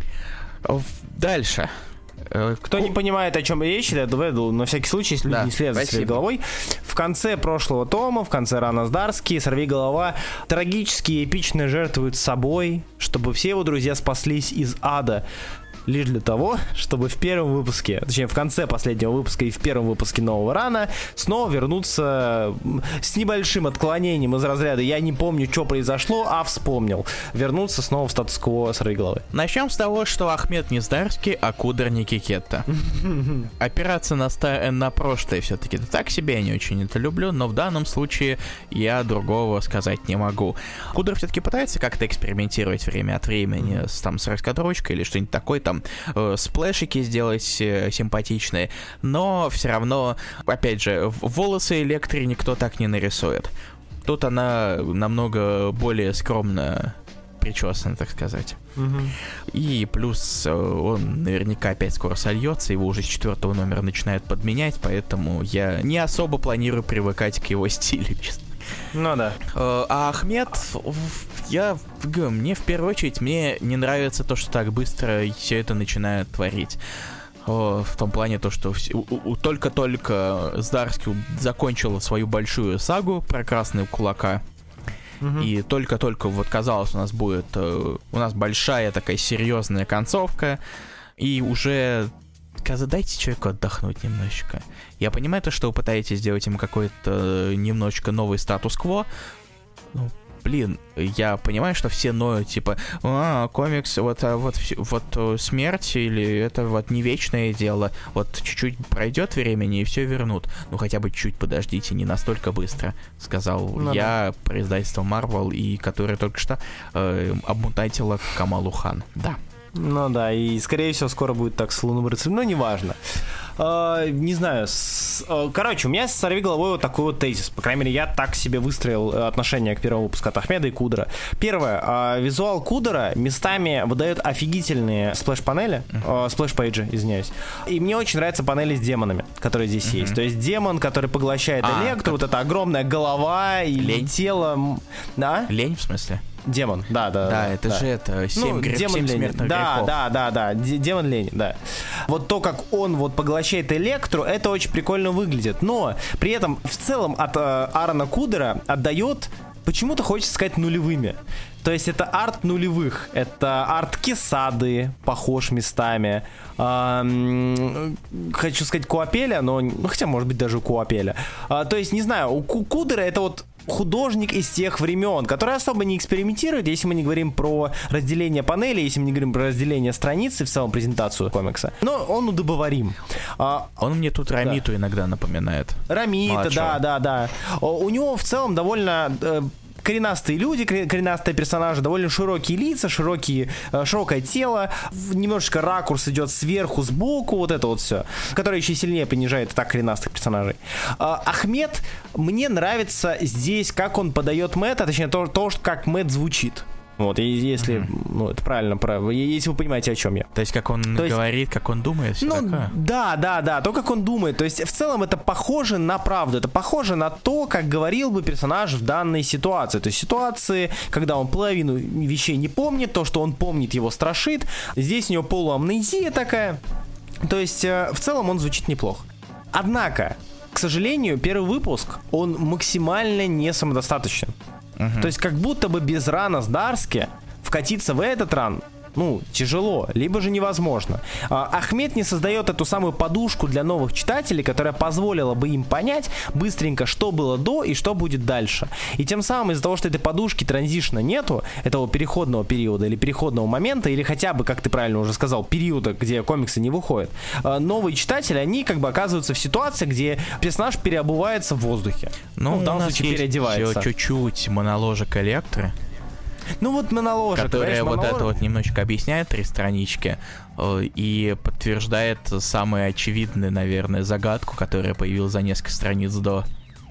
S1: Дальше.
S2: Кто не понимает, о чем речь, я доведу на всякий случай, если люди да, не следят за своей головой. В конце прошлого тома, в конце Рана Здарский, Сорвиголова трагически и эпично жертвует собой, чтобы все его друзья спаслись из ада. Лишь для того, чтобы в первом выпуске, точнее в конце последнего выпуска и в первом выпуске нового Рана снова вернуться с небольшим отклонением из разряда «я не помню, что произошло, а вспомнил». Вернуться снова в статус-кво Сорвиголовы.
S1: Начнем с того, что Ахмед не Здарский, а Кудер не Кикетта. Опираться на, ста- на прошлое все-таки так себе, я не очень это люблю, но в данном случае я другого сказать не могу. Кудер все-таки пытается как-то экспериментировать время от времени с, там, с раскадровочкой или что-нибудь такое, там э, сплэшики сделать э, симпатичные, но все равно, опять же, волосы Электри никто так не нарисует. Тут она намного более скромно причесана, так сказать. Mm-hmm. И плюс э, он наверняка опять скоро сольется, его уже с четвертого номера начинают подменять, поэтому я не особо планирую привыкать к его стилю, честно.
S2: Ну да.
S1: А Ахмед, я, мне в первую очередь, мне не нравится то, что так быстро все это начинает творить. В том плане то, что только-только Здарский закончил свою большую сагу про Красного Кулака. Mm-hmm. И только-только вот казалось, у нас будет у нас большая такая серьезная концовка, и уже дайте человеку отдохнуть немножечко. Я понимаю то, что вы пытаетесь сделать ему какой-то немножечко новый статус-кво. Ну, блин, я понимаю, что все ноют, типа, а, комикс, вот, вот, вот смерть, или это вот не вечное дело, вот чуть-чуть пройдет времени и все вернут. Ну, хотя бы чуть подождите, не настолько быстро, сказал ну, я, да. про издательство Marvel, и которое только что э, обмутатило Камалу Хан. Да.
S2: Ну да, и скорее всего скоро будет так с Лунным рыцарем, но неважно. Uh, не знаю, с, uh, короче, у меня с Сорвиголовой вот такой вот тезис. По крайней мере, я так себе выстроил отношение к первому выпуску от Ахмеда и Кудера. Первое, uh, визуал Кудера местами выдает офигительные сплэш-панели, uh, сплэш-пейджи, извиняюсь. И мне очень нравятся панели с демонами, которые здесь uh-huh. есть. То есть демон, который поглощает а, Электро, вот эта огромная голова и лень. Тело. Да?
S1: Лень, в смысле?
S2: Демон, да, да.
S1: Да, да это да. же это семь, ну, грех, семь смертных
S2: да,
S1: грехов. Да,
S2: да, да, да, демон лени, да. Вот то, как он вот поглощает Электру, это очень прикольно выглядит. Но при этом в целом от э, Аарона Кудера отдает, почему-то хочется сказать, нулевыми. То есть это арт нулевых. Это арт Кесады, похож местами. А, хочу сказать Куапеля, но ну, хотя может быть даже Куапеля. А, то есть не знаю, у Кудера это вот художник из тех времен, который особо не экспериментирует, если мы не говорим про разделение панелей, если мы не говорим про разделение страниц и в целом презентацию комикса. Но он удобоварим. А,
S1: он мне тут Рамиту да. иногда напоминает.
S2: Рамита, да, да, да. У него в целом довольно... коренастые люди, коренастые персонажи, довольно широкие лица, широкие, широкое тело, немножечко ракурс идет сверху, сбоку, вот это вот все, которое еще сильнее понижает так коренастых персонажей. Ахмед, мне нравится здесь, как он подает Мэтта, точнее, то, то как Мэтт звучит. Вот, и если, mm-hmm. ну, это правильно, правильно, если вы понимаете, о чем я.
S1: То есть, как он то говорит, есть, как он думает, все
S2: ну,
S1: такое?
S2: Да, да, да, то, как он думает. То есть, в целом, это похоже на правду, это похоже на то, как говорил бы персонаж в данной ситуации. То есть, ситуации, когда он половину вещей не помнит, то, что он помнит, его страшит. Здесь у него полуамнезия такая. То есть, в целом, он звучит неплохо. Однако, к сожалению, первый выпуск, он максимально не самодостаточен. Uh-huh. То есть как будто бы без рана с Дарски вкатиться в этот ран, ну, тяжело, либо же невозможно. А, Ахмед не создает эту самую подушку для новых читателей, которая позволила бы им понять быстренько, что было до и что будет дальше. И тем самым из-за того, что этой подушки транзишна нету, этого переходного периода или переходного момента, или хотя бы, как ты правильно уже сказал, периода, где комиксы не выходят, новые читатели, они как бы оказываются в ситуации, где персонаж переобувается в воздухе.
S1: Ну, ну в данном случае переодевается. Чуть-чуть моноложек Электры.
S2: Ну вот моноложек,
S1: которая вот монолог... это вот немножечко объясняет три странички э, и подтверждает самую очевидную, наверное, загадку, которая появилась за несколько страниц до.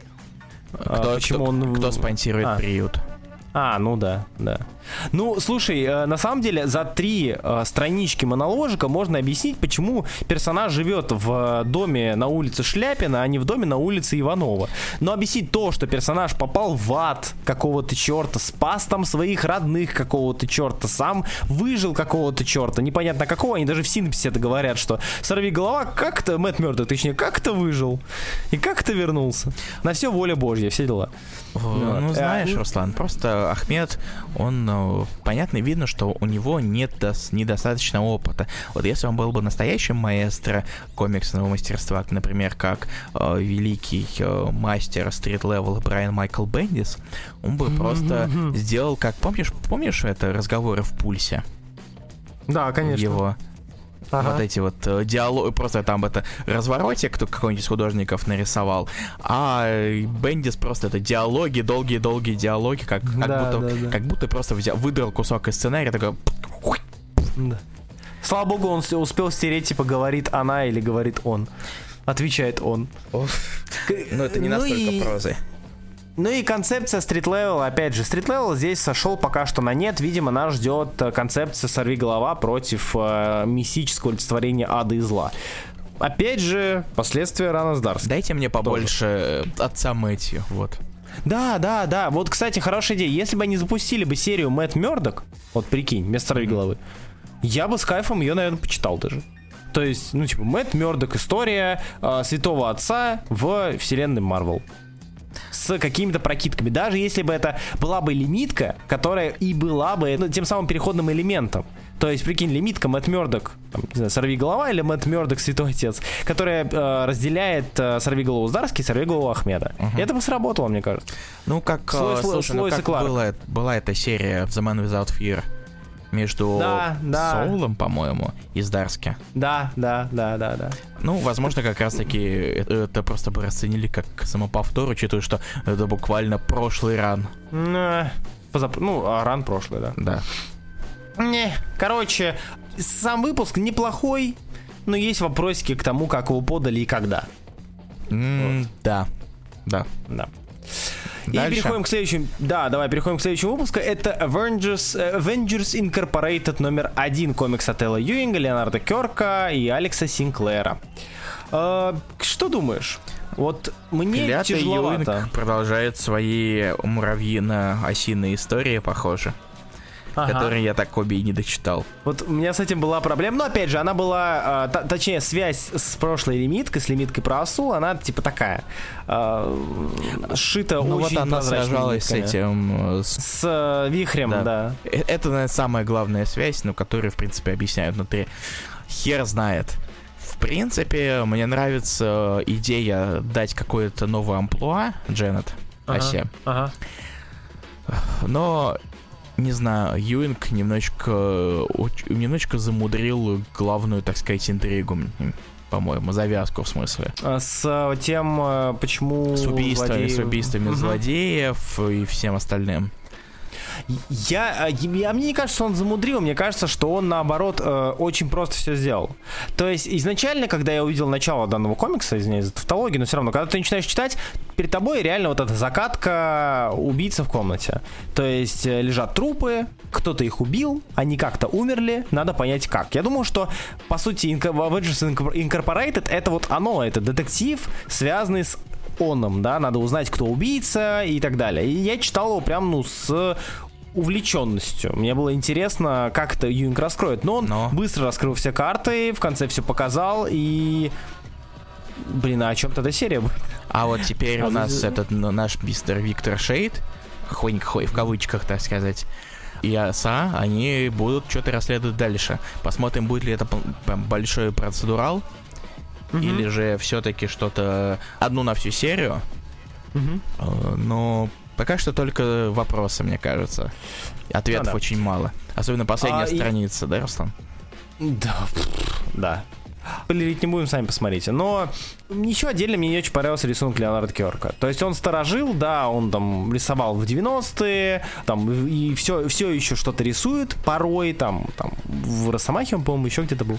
S1: Кто, а, почему кто, он... кто спонсирует а. приют?
S2: А, ну да, да. Ну, слушай, э, на самом деле за три э, странички моноложика можно объяснить, почему персонаж живет в доме на улице Шляпина, а не в доме на улице Иванова. Но объяснить то, что персонаж попал в ад какого-то черта, спас там своих родных какого-то черта, сам выжил какого-то черта, непонятно какого, они даже в синопсисе это говорят, что сорвиголова как-то, Мэтт Мёрдок, точнее, как-то выжил и как-то вернулся. На все воля Божья, все дела.
S1: Ну, вот. знаешь, а, Руслан, просто Ахмед, он, понятно, видно, что у него нет дос- недостаточно опыта. Вот если он был бы настоящим маэстро комиксного мастерства, например, как э, великий э, мастер стрит-левел Брайан Майкл Бендис, он бы mm-hmm. просто сделал, как, помнишь, помнишь это разговоры в Пульсе?
S2: Да, конечно.
S1: Его... Ага. Вот эти вот э, диалоги, просто там это разворотик, кто какой-нибудь из художников нарисовал, а Бендис просто это диалоги, долгие-долгие диалоги, как, как, да, будто, да, да. как будто просто взял, выдрал кусок из сценария, такой...
S2: Да. Слава богу, он успел стереть, типа, говорит она или говорит он. Отвечает он.
S1: Ну, это не настолько ну и... прозы.
S2: Ну и концепция стрит-левела, опять же, стрит-левел здесь сошел пока что на нет. Видимо, нас ждет концепция «Сорвиголова» против э, мистического олицетворения ада и зла. Опять же, последствия рана с Дарски.
S1: Дайте мне побольше тоже. Отца Мэтью, вот.
S2: Да, да, да. Вот, кстати, хорошая идея. Если бы они запустили бы серию Мэтт Мёрдок, вот прикинь, вместо «Сорвиголовы», mm-hmm. я бы с кайфом ее, наверное, почитал даже. То есть, ну, типа, Мэтт Мёрдок, история э, святого отца в вселенной Марвел. С какими-то прокидками. Даже если бы это была бы лимитка, которая и была бы ну, тем самым переходным элементом. То есть, прикинь, лимитка Мэтт Мёрдок, там, не знаю, Сорвиголова или Мэтт Мёрдок Святой Отец, которая э, разделяет э, Сорвиголову с Дарски и Сорвиголову Ахмеда. Uh-huh. И это бы сработало, мне кажется.
S1: Ну, как, слой, э, слушай, слой, ну, как была, была эта серия The Man Without Fear между
S2: да, да.
S1: Соулом, по-моему, и с Дарски.
S2: Да, да, да, да, да.
S1: Ну, возможно, как раз-таки это, это просто бы расценили как самоповтор, учитывая, что это буквально прошлый ран.
S2: Позап... Ну, а ран прошлый, да.
S1: Да.
S2: Не, короче, сам выпуск неплохой, но есть вопросики к тому, как его подали и когда.
S1: Mm, вот. Да, да.
S2: Да. Дальше. И переходим к следующему. Да, давай переходим к следующему выпуску. Это Avengers, Avengers Incorporated номер один, комикс от Элла Юинга, Леонарда Кёрка и Алекса Синклера. Э, что думаешь? Вот мне
S1: Клятый
S2: тяжеловато.
S1: Юинг продолжает свои муравьино-осиные истории, похоже. Ага. Которые я так обе и не дочитал.
S2: Вот у меня с этим была проблема. Но опять же, она была, э, т- точнее, связь с прошлой лимиткой, с лимиткой про осу, она типа такая. Э, сшита ну, очень
S1: вот она сражалась с этим...
S2: С, с э, вихрем, да. да.
S1: Это, наверное, самая главная связь, ну, которую, в принципе, объясняют внутри. Хер знает. В принципе, мне нравится идея дать какое-то новое амплуа Дженнет
S2: ага,
S1: осе.
S2: Ага.
S1: Но... Не знаю, Юинг немножечко, немножечко замудрил главную, так сказать, интригу, по-моему, завязку в смысле.
S2: С тем, почему...
S1: С убийствами,
S2: злодеи...
S1: с убийствами угу. злодеев и всем остальным.
S2: Я, я, мне не кажется, что он замудрил, мне кажется, что он, наоборот, э, очень просто все сделал. То есть, изначально, когда я увидел начало данного комикса, извиняюсь за тавтологию, но все равно, когда ты начинаешь читать, перед тобой реально вот эта закатка убийцы в комнате. То есть, э, лежат трупы, кто-то их убил, они как-то умерли, надо понять как. Я думал, что, по сути, Avengers Incorporated это вот оно, это детектив, связанный с оном, да, надо узнать, кто убийца и так далее. И я читал его прям, ну, с увлеченностью. Мне было интересно, как это Юинг раскроет. Но он Но. быстро раскрыл все карты, в конце все показал, и... Блин, а о чем тогда серия будет?
S1: А вот теперь а у нас здесь... этот ну, наш мистер Виктор Шейд, хонь-хой в кавычках, так сказать, и Оса, они будут что-то расследовать дальше. Посмотрим, будет ли это прям большой процедурал, mm-hmm. или же все-таки что-то одну на всю серию. Mm-hmm. Но пока что только вопросы, мне кажется. Ответов ну, да. очень мало. Особенно последняя а, страница, и... да, Руслан?
S2: Да, да. Полирить не будем, сами посмотрите. Но еще отдельно мне не очень понравился рисунок Леонарда Кёрка. То есть он сторожил, да, он там рисовал в девяностые, там, и все, все еще что-то рисует порой, там, там в Росомахе он, по-моему, еще где-то был.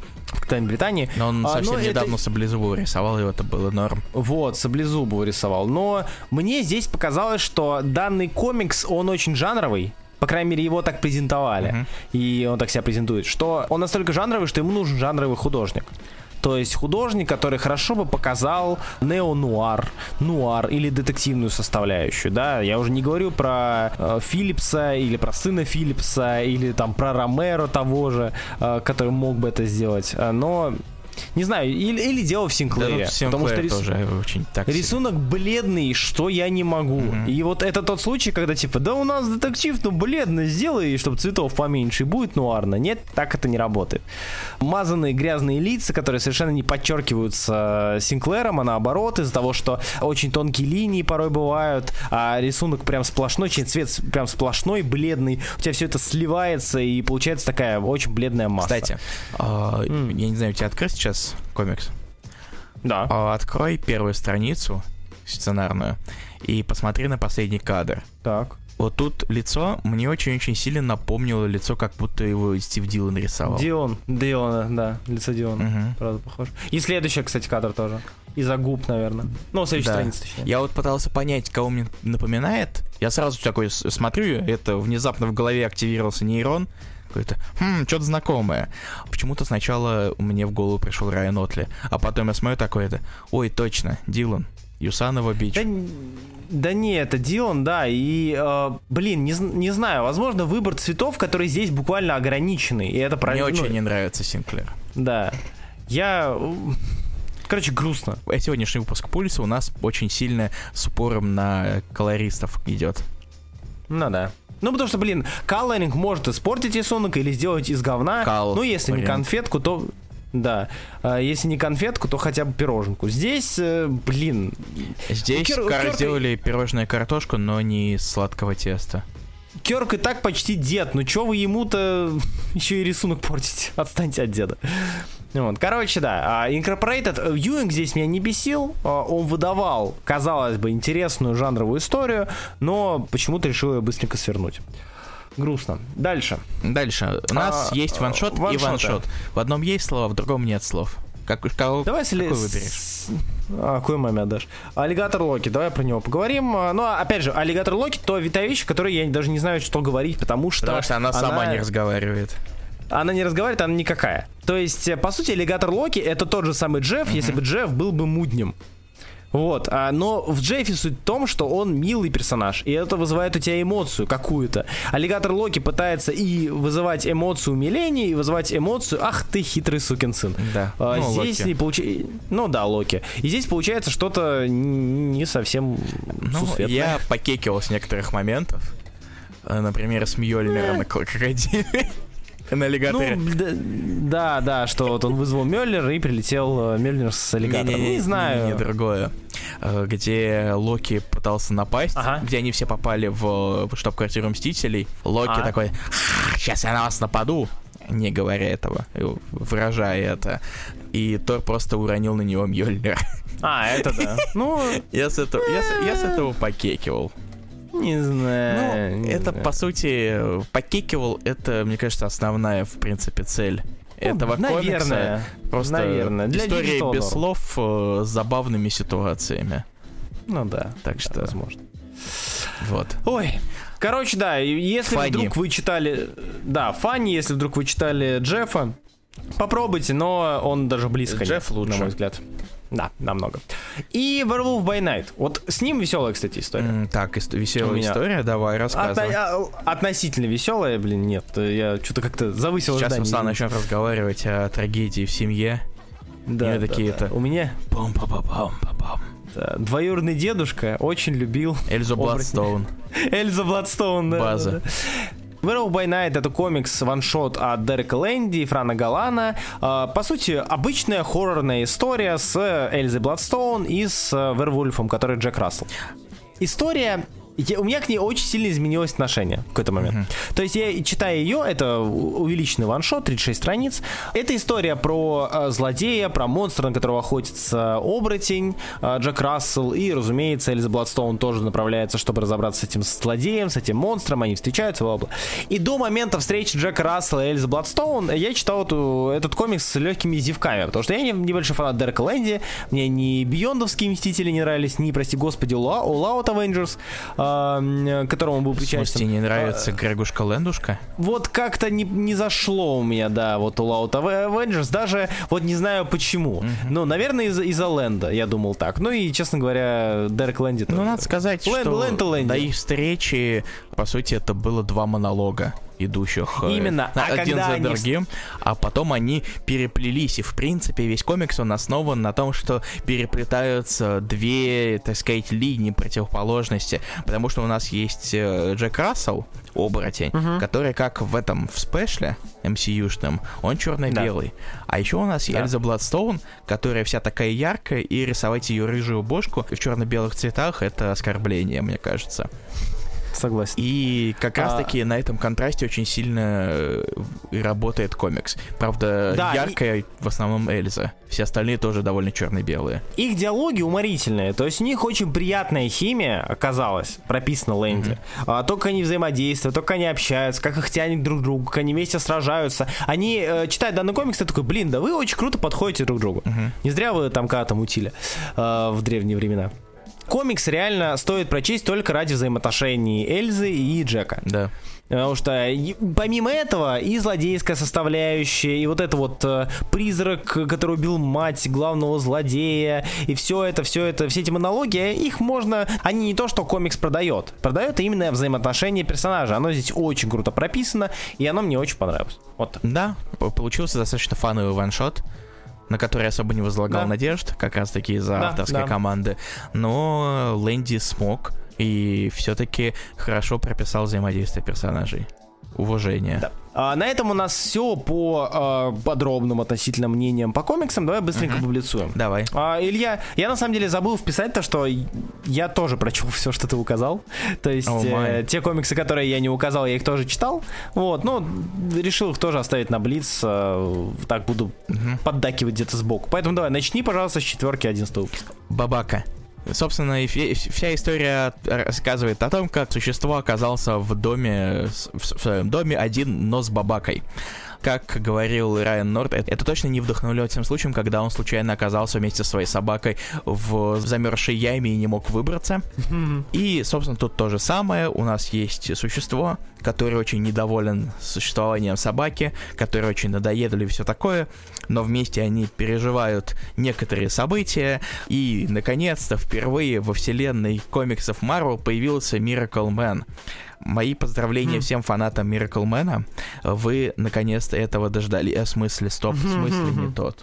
S2: В Британии.
S1: Но он совсем а, но недавно это... Саблезубого рисовал, и это было норм.
S2: Вот, Саблезубого рисовал. Но мне здесь показалось, что данный комикс, он очень жанровый. По крайней мере, его так презентовали. Uh-huh. И он так себя презентует. Что он настолько жанровый, что ему нужен жанровый художник. То есть художник, который хорошо бы показал нео-нуар, нуар или детективную составляющую, да, я уже не говорю про э, Филлипса или про сына Филлипса или там про Ромеро того же, э, который мог бы это сделать, но не знаю, или, или дело в Синклэре.
S1: Да, Синклэр потому что рис... тоже очень так
S2: рисунок себе. Бледный, что я не могу. Mm-hmm. И вот это тот случай, когда типа, да у нас детектив, ну бледно сделай, чтобы цветов поменьше, и будет нуарно. Нет, так это не работает. Мазанные грязные лица, которые совершенно не подчеркиваются Синклэром, а наоборот, из-за того, что очень тонкие линии порой бывают, а рисунок прям сплошной, цвет прям сплошной, бледный, у тебя все это сливается, и получается такая очень бледная масса.
S1: Кстати, mm. я не знаю, у тебя открыть сейчас комикс?
S2: Да.
S1: А, открой первую страницу сценарную и посмотри на последний кадр.
S2: Так.
S1: Вот тут лицо мне очень-очень сильно напомнило лицо, как будто его Стив Дилан рисовал.
S2: Дион, Диона, да, лицо Диона, угу. Правда похоже. И следующий, кстати, кадр тоже. Из-за губ, наверное. Ну, следующая да. страница, точнее.
S1: Я вот пытался понять, кого мне напоминает. Я сразу такой смотрю, это внезапно в голове активировался нейрон. Какой-то, хм, что-то знакомое. Почему-то сначала мне в голову пришел Райан Отли, а потом я смотрю такое-то, ой, точно, Дилан, Юсанова Бич.
S2: Да, да не, это Дилан, да, и, э, блин, не, не знаю, возможно, выбор цветов, который здесь буквально ограниченный, и это правильно.
S1: Мне очень не нравится Синклэр.
S2: Да, я... Короче, грустно.
S1: Сегодняшний выпуск Пульса у нас очень сильно с упором на колористов идет.
S2: Ну да. Ну, потому что, блин, колоринг может испортить рисунок или сделать из говна.
S1: Кал,
S2: ну, если вариант. Не конфетку, то... Да. А если не конфетку, то хотя бы пироженку. Здесь, блин...
S1: Здесь Кер... кар... Кер... сделали пирожную картошку, но не из сладкого теста.
S2: Кёрк и так почти дед. Ну, чё вы ему-то еще и рисунок портите? Отстаньте от деда. Вот. Короче, да, Incorporated, Юинг здесь меня не бесил, он выдавал, казалось бы, интересную жанровую историю, но почему-то решил ее быстренько свернуть. Грустно. Дальше.
S1: Дальше. У нас а, есть ваншот а, и ваншот. В одном есть слова, в другом нет слов. Как, кого,
S2: давай какой сли... выберешь? А, какой маме отдашь? Аллигатор Локи, давай про него поговорим. Ну, опять же, Аллигатор Локи, то та вещь, которой я даже не знаю, что говорить, потому что...
S1: Потому что она, она... сама не разговаривает.
S2: Она не разговаривает, она никакая. То есть, по сути, Аллигатор Локи — это тот же самый Джефф, mm-hmm. если бы Джефф был бы муднем. Вот, а, но в Джеффе суть в том, что он милый персонаж, и это вызывает у тебя эмоцию какую-то. Аллигатор Локи пытается и вызывать эмоцию умиления, и вызывать эмоцию «Ах ты, хитрый сукин сын».
S1: Да.
S2: А, ну, здесь Локи. Не получается... Ну да, Локи. И здесь получается что-то не совсем
S1: ну, сусветное. Я покекивал с некоторых моментов. Например, с Мьёльниром на крокодиле. На аллигаторе.
S2: Ну, да, да, да, что вот он вызвал Мёльнир и прилетел Мёльнир с аллигатором. Не, не, не знаю.
S1: Не, не, другое. Где Локи пытался напасть, ага. где они все попали в штаб-квартиру Мстителей. Локи а. такой, сейчас я на вас нападу, не говоря этого, выражая это. И Тор просто уронил на него Мьёльнир.
S2: А, это да. Ну,
S1: я с этого, я, я с этого покекивал.
S2: Не знаю.
S1: Ну,
S2: не
S1: это,
S2: знаю.
S1: по сути, покикивал, это, мне кажется, основная, в принципе, цель
S2: Ну,
S1: этого
S2: наверное,
S1: комикса. Просто
S2: наверное. Для
S1: история
S2: Digital
S1: без
S2: Horror.
S1: слов э, с забавными ситуациями.
S2: Ну да.
S1: Так
S2: да,
S1: что,
S2: возможно.
S1: вот.
S2: Ой. Короче, да, и если
S1: Фанни.
S2: вдруг вы читали... Да, Фанни, если вдруг вы читали Джеффа, попробуйте, но он даже близко
S1: Джефф
S2: нет,
S1: лучше.
S2: на мой взгляд. Да, намного. И Werewolf by Night. Вот с ним веселая, кстати, история.
S1: М, Так, ис- веселая
S2: У меня-
S1: история, давай, рассказывай.
S2: Отно- а- Относительно веселая, блин, нет. Я что-то как-то завысил
S1: Сейчас
S2: ожидания.
S1: Руслан начнет разговаривать о трагедии в семье.
S2: Да,
S1: и
S2: да,
S1: такие-то.
S2: да. У меня
S1: Пам-па-па-пам-па-пам.
S2: да, двоюродный дедушка очень любил
S1: Эльзу
S2: оборотней.
S1: Бладстоун.
S2: Эльза Бладстоун, да.
S1: База.
S2: да, да. Werewolf by Night — это комикс ваншот от Дерека Лэнди и Франа Галана. А, по сути, обычная хоррорная история с Эльзой Бладстоун и с Вервульфом, который Джек Рассел. История... Я, у меня к ней очень сильно изменилось отношение в какой-то момент. Uh-huh. То есть я читаю ее, это увеличенный ваншот, тридцать шесть страниц. Это история про э, злодея, про монстра, на которого охотится оборотень, э, Джек Рассел, и, разумеется, Эльза Бладстоун тоже направляется, чтобы разобраться с этим злодеем, с этим монстром, они встречаются, бла-бла. И до момента встречи Джека Рассела и Эльзы Бладстоун я читал эту, этот комикс с легкими зевками, потому что я не, небольшой фанат Дерека Лэнди, мне ни Биондовские Мстители не нравились, ни, прости господи, All Out Avengers, к которому был причастен.
S1: В смысле, не нравится Грегушка-Лендушка?
S2: Вот как-то не, не зашло у меня, да, вот All Out Avengers, даже вот не знаю почему. Mm-hmm. Ну, наверное, из- из-за Лэнда, я думал так. Ну и, честно говоря, Дерек Лэнди тоже.
S1: Ну, надо сказать,
S2: Лэнд,
S1: что
S2: Лэнд, Лэнди.
S1: до их встречи, по сути, это было два монолога, идущих э,
S2: Именно. А
S1: один
S2: когда
S1: за
S2: они
S1: другим, а потом они переплелись. И, в принципе, весь комикс, он основан на том, что переплетаются две, так сказать, линии противоположности. Потому что у нас есть э, Джек Рассел, оборотень, uh-huh. который, как в этом, в спешле эм си ю-шном, он черно-белый. Да. А еще у нас да. Эльза Бладстоун, которая вся такая яркая, и рисовать ее рыжую бошку в черно-белых цветах — это оскорбление, мне кажется.
S2: Согласен.
S1: И как раз таки а... на этом контрасте очень сильно работает комикс. Правда, да, яркая и... в основном Эльза. Все остальные тоже довольно черно-белые.
S2: Их диалоги уморительные. То есть у них очень приятная химия оказалась, прописана Лэнди. Mm-hmm. А, только они взаимодействуют, только они общаются, как их тянет друг к другу, как они вместе сражаются. Они э, читают данный комикс, и такой, блин, да вы очень круто подходите друг к другу. Mm-hmm. Не зря вы там когда-то мутили э, в древние времена. Комикс реально стоит прочесть только ради взаимоотношений Эльзы и Джека.
S1: Да.
S2: Потому что помимо этого и злодейская составляющая, и вот это вот э, призрак, который убил мать главного злодея, и все это, все это, все эти монологи, их можно... Они не то, что комикс продает. Продает именно взаимоотношения персонажа. Оно здесь очень круто прописано, и оно мне очень понравилось. Вот.
S1: Да, получился достаточно фановый ваншот, на который особо не возлагал да. надежд, как раз таки из-за да, авторской да. команды. Но Лэнди смог и все-таки хорошо прописал взаимодействие персонажей. Уважение. Да.
S2: А, на этом у нас все по а, подробным относительно мнениям по комиксам. Давай быстренько uh-huh. публицуем.
S1: Давай.
S2: А, Илья, я на самом деле забыл вписать то, что я тоже прочел все, что ты указал. То есть oh э, те комиксы, которые я не указал, я их тоже читал. Вот, ну, решил их тоже оставить на Блиц. Э, так буду uh-huh. поддакивать где-то сбоку. Поэтому давай, начни, пожалуйста, с четверки одиннадцатого выпуска.
S1: Бабака. Собственно, вся история рассказывает о том, как существо оказалось в доме, в своем доме один, но с бабакой. Как говорил Райан Норт, это точно не вдохновлено тем случаем, когда он случайно оказался вместе со своей собакой в замерзшей яме и не мог выбраться. Mm-hmm. И, собственно, тут то же самое. У нас есть существо, которое очень недоволен существованием собаки, которое очень надоедали и все такое, но вместе они переживают некоторые события, и, наконец-то, впервые во вселенной комиксов Marvel появился Miracle Man. Мои поздравления mm. всем фанатам Miracle Man. Вы наконец-то этого дождали. Э, в смысле, стоп, в смысле не тот.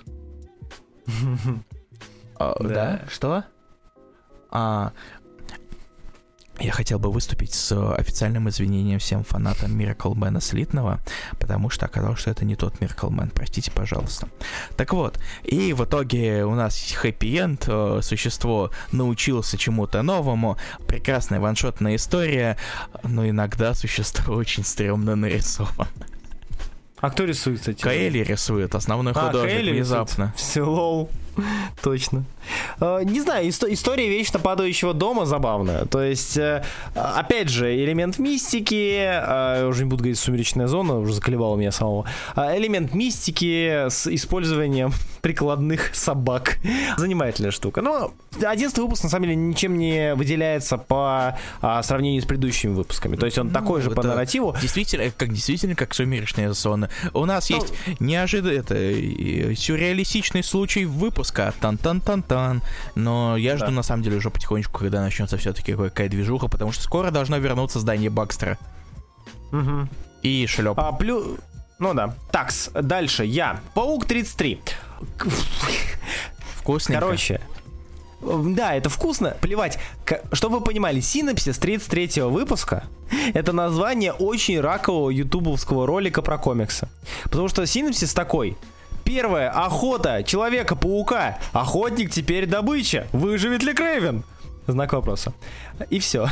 S1: Да? Что? А... Я хотел бы выступить с официальным извинением всем фанатам Miracle Man слитного, потому что оказалось, что это не тот Miracle Man. Простите, пожалуйста. Так вот, и в итоге у нас хэппи-энд, существо научился чему-то новому, прекрасная ваншотная история, но иногда существо очень стрёмно нарисовано.
S2: А кто рисует, кстати?
S1: Каэли рисует, основной а, художник, Каэли внезапно.
S2: Все, лол. Точно. э, не знаю, исто- история вечно падающего дома забавная. То есть, э, опять же, элемент мистики, э, уже не буду говорить «Сумеречная зона», уже заколебало меня самого. Э, элемент мистики с использованием прикладных собак. Занимательная штука. Но одиннадцатый выпуск, на самом деле, ничем не выделяется по а, сравнению с предыдущими выпусками. То есть он ну, такой же по нарративу.
S1: Действительно, как, действительно, как «Сумеречная зона». У нас ну, есть неожиданный, это, сюрреалистичный случай выпуска. Тан-тан-тан-тан. Но я жду, да. на самом деле, уже потихонечку, когда начнется все-таки какая-то движуха, потому что скоро должно вернуться здание Бакстера.
S2: Угу.
S1: И шлеп.
S2: А, плюс... Ну да. Такс, дальше я. Паук тридцать три.
S1: Вкусненько.
S2: Короче... Да, это вкусно, плевать. Чтобы вы понимали, синопсис тридцать третьего выпуска — это название очень ракового ютубовского ролика про комиксы. Потому что синопсис такой. Первое. Охота Человека-паука. Охотник теперь добыча. Выживет ли Крейвен? Знак вопроса. И все.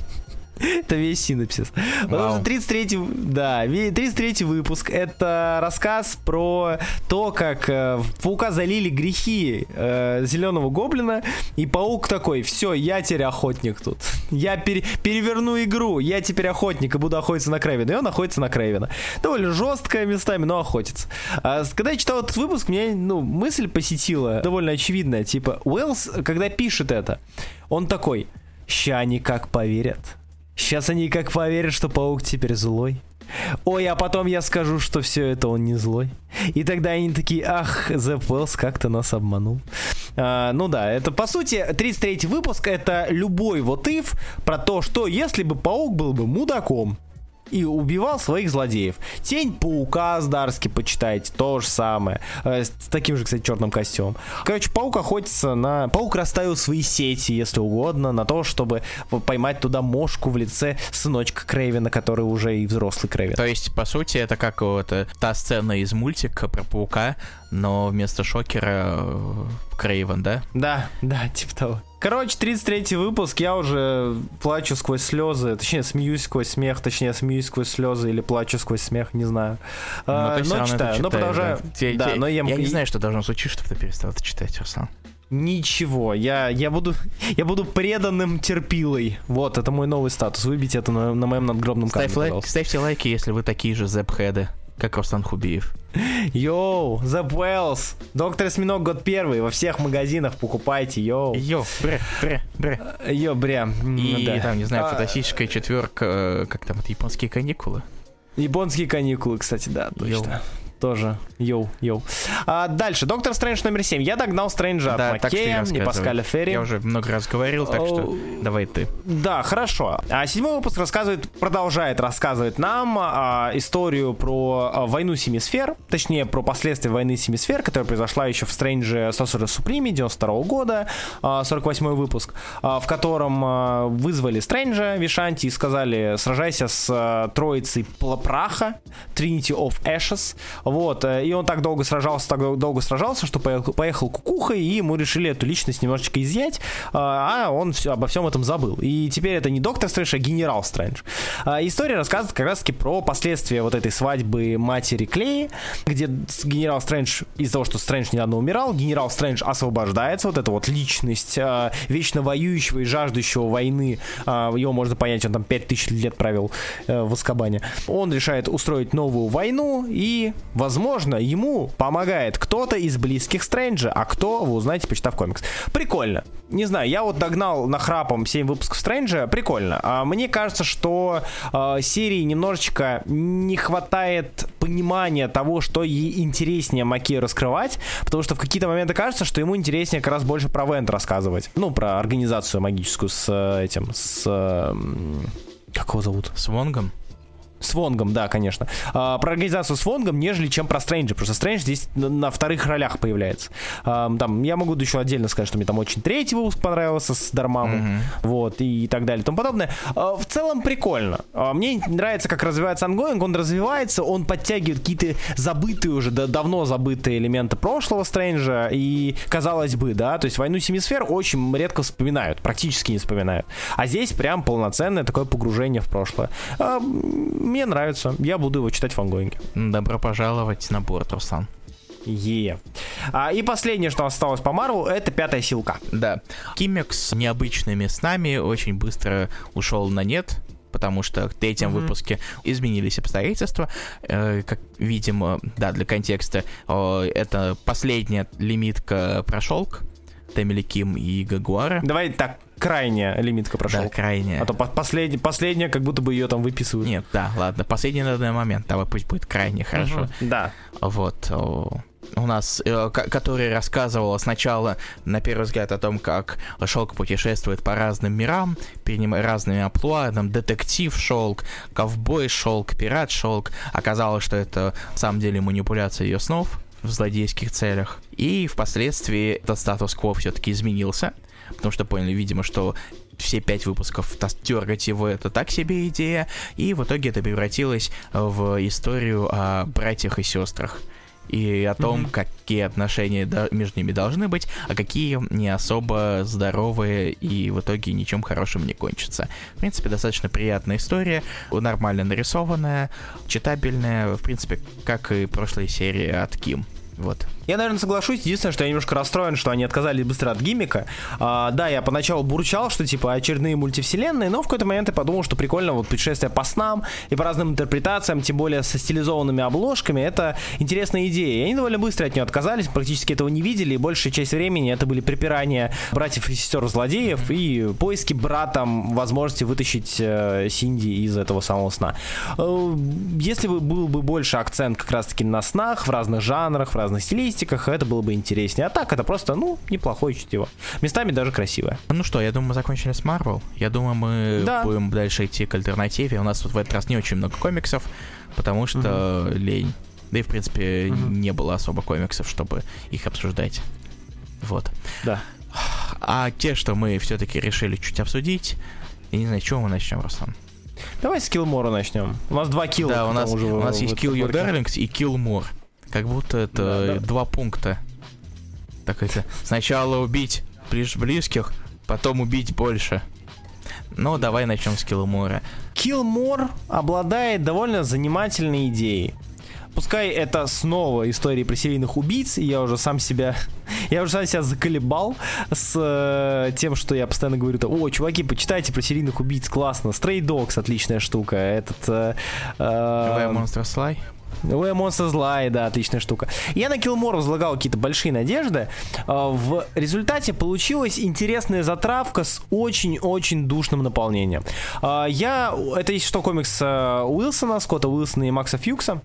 S2: Это весь синопсис. Потому что тридцать третий, да, тридцать третий выпуск — это рассказ про то, как э, в паука залили грехи э, зеленого гоблина, и паук такой: все, я теперь охотник тут. Я пере, переверну игру, я теперь охотник и буду охотиться на Крейвена. И он охотится на Крейвена. Довольно жесткая местами, но охотится. А, когда я читал этот выпуск, мне ну, мысль посетила довольно очевидная. Типа, Уэллс, когда пишет это, он такой: ща они как поверят. Сейчас они как поверят, что паук теперь злой. Ой, а потом я скажу, что все это он не злой. И тогда они такие: ах, Зэп Уэллс как-то нас обманул. А, ну да, это по сути тридцать третий выпуск — это любой вот if про то, что если бы паук был бы мудаком и убивал своих злодеев. Тень паука с Дарски почитайте, то же самое. С таким же, кстати, черным костюмом. Короче, паук охотится на... Паук расставил свои сети, если угодно, на то, чтобы поймать туда мошку в лице сыночка Крейвена, который уже и взрослый Крейвен.
S1: То есть, по сути, это как вот та сцена из мультика про паука, но вместо Шокера Крейвен, да?
S2: Да, да, типа того. Короче, тридцать третий выпуск, я уже плачу сквозь слезы, точнее, смеюсь сквозь смех, точнее, смеюсь сквозь слезы или плачу сквозь смех, не знаю.
S1: Но,
S2: а,
S1: но читаю, но продолжаю.
S2: Да, те, да,
S1: те,
S2: но я,
S1: я не знаю, что должно случиться, чтобы ты перестал это читать, Руслан.
S2: Ничего, я, я, буду, я буду преданным терпилой. Вот, это мой новый статус, выбейте это на, на моем надгробном камне,
S1: Ставь лайк, ставьте лайки, если вы такие же зэпхеды, как Руслан Хубиев.
S2: Йоу, Зэп Уэллс, Доктор Осьминог год первый, во всех магазинах покупайте, йоу.
S1: Йоу, бре, бре, бре.
S2: Йоу, бре.
S1: И
S2: да.
S1: там, не знаю,
S2: а...
S1: фантастическая четверка, как там, это японские каникулы?
S2: Японские каникулы, кстати, да, точно.
S1: Йоу.
S2: Тоже, йоу, йоу. А, дальше, Доктор Стрэндж номер семь. Я догнал Стрэнджа
S1: да,
S2: от Маккея и Паскаля Ферри.
S1: Я уже много раз говорил, так что давай ты.
S2: Да, хорошо. А седьмой выпуск рассказывает, продолжает рассказывать нам а, историю про а, войну семи сфер, точнее, про последствия войны семи сфер, которая произошла еще в Стрэндже Sorcerer Supreme девяносто второго года, а, сорок восьмой выпуск, а, в котором а, вызвали Стрэнджа, Вишанти, и сказали: сражайся с а, троицей праха, Trinity of Ashes. Вот, и он так долго сражался, так долго сражался, что поехал, поехал кукухой, и ему решили эту личность немножечко изъять, а он все, обо всем этом забыл. И теперь это не Доктор Стрэндж, а Генерал Стрэндж. История рассказывает как раз-таки про последствия вот этой свадьбы матери Клеи, где Генерал Стрэндж, из-за того, что Стрэндж недавно умирал, Генерал Стрэндж освобождается, вот эта вот личность вечно воюющего и жаждущего войны, его можно понять, он там пять тысяч лет провел в Азкабане. Он решает устроить новую войну, и возможно, ему помогает кто-то из близких Стрэнджа, а кто, вы узнаете, почитав комикс. Прикольно. Не знаю, я вот догнал нахрапом семь выпусков Стрэнджа, прикольно. А мне кажется, что э, серии немножечко не хватает понимания того, что ей интереснее Маккею раскрывать, потому что в какие-то моменты кажется, что ему интереснее как раз больше про Вент рассказывать. Ну, про организацию магическую с этим, с... Э, как его зовут?
S1: С Вонгом?
S2: С Вонгом, да, конечно. А, про организацию с Вонгом, нежели чем про Стрэнджа. Потому что Стрэндж здесь на, на вторых ролях появляется. А, там, я могу еще отдельно сказать, что мне там очень третий выпуск понравился с Дармаму. Mm-hmm. Вот, и, и так далее, и тому подобное. А, в целом прикольно. А, мне нравится, как развивается ангоинг. Он развивается, он подтягивает какие-то забытые уже, да, давно забытые элементы прошлого Стрэнджа. И, казалось бы, да, то есть «Войну семи сфер» очень редко вспоминают, практически не вспоминают. А здесь прям полноценное такое погружение в прошлое. А, мне нравится. Я буду его читать в ангоинге.
S1: Добро пожаловать на борт, Руслан.
S2: Е. А, и последнее, что осталось по Марвелу, это пятая силка.
S1: Да. Киммик с необычными снами очень быстро ушел на нет, потому что в третьем mm-hmm. выпуске изменились обстоятельства. Э, как видимо, да, для контекста, э, это последняя лимитка про шелк Тэмили Ким и Гагуара.
S2: Давай так, крайняя лимитка про шелк.
S1: Да, крайняя.
S2: А то послед... последняя, как будто бы ее там выписывают.
S1: Нет, да, ладно, последний на данный момент, давай пусть будет крайне, хорошо.
S2: Mm-hmm. Да.
S1: Вот. О, у нас, э, к- который рассказывал сначала, на первый взгляд, о том, как шелк путешествует по разным мирам, принимая разными амплуа, там, детектив шелк, ковбой шелк, пират шелк. Оказалось, что это на самом деле манипуляция ее снов в злодейских целях. И впоследствии этот статус-кво все-таки изменился, потому что поняли, видимо, что все пять выпусков дергать его — это так себе идея, и в итоге это превратилось в историю о братьях и сестрах. И о том, mm-hmm. какие отношения до- между ними должны быть, а какие не особо здоровые и в итоге ничем хорошим не кончатся. В принципе, достаточно приятная история, нормально нарисованная, читабельная, в принципе, как и прошлые серии от Ким. Вот.
S2: Я, наверное, соглашусь. Единственное, что я немножко расстроен, что они отказались быстро от гиммика. А, да, я поначалу бурчал, что типа очередные мультивселенные, но в какой-то момент я подумал, что прикольно вот путешествие по снам и по разным интерпретациям, тем более со стилизованными обложками, это интересная идея. И они довольно быстро от нее отказались, практически этого не видели, и большая часть времени это были припирания братьев и сестер злодеев и поиски братом возможности вытащить э, Синди из этого самого сна. Э, если бы был бы больше акцент как раз-таки на снах, в разных жанрах, в разных стилистиках, это было бы интереснее. А так это просто, ну, неплохое чтиво. Местами даже красивое.
S1: Ну что, я думаю, мы закончили с Marvel. Я думаю, мы да. будем дальше идти к альтернативе. У нас тут в этот раз не очень много комиксов, потому что угу. лень. Да и, в принципе, угу. не было особо комиксов, чтобы их обсуждать. Вот.
S2: Да.
S1: А те, что мы все-таки решили чуть обсудить, я не знаю, с чего мы начнем, Руслан?
S2: Давай с Киллмора начнем. У нас два килла.
S1: Да, у нас, уже у нас есть Kill Your Darlings и Killmore. Как будто это да, да. два пункта. Так это сначала убить ближ- близких, потом убить больше. Ну, давай начнем с Киллмора.
S2: Киллмор обладает довольно занимательной идеей. Пускай это снова история про серийных убийц, и я уже сам себя, я уже сам себя заколебал с э, тем, что я постоянно говорю: о, чуваки, почитайте про серийных убийц, классно. Stray Dogs отличная штука. Этот э, э,
S1: Monster Sly.
S2: Way Monster Sly, да, отличная штука. Я на Киллмор возлагал какие-то большие надежды. В результате получилась интересная затравка с очень-очень душным наполнением. Я... Это есть что, комикс Уилсона, Скотта Уилсона и Макса Фьюкса.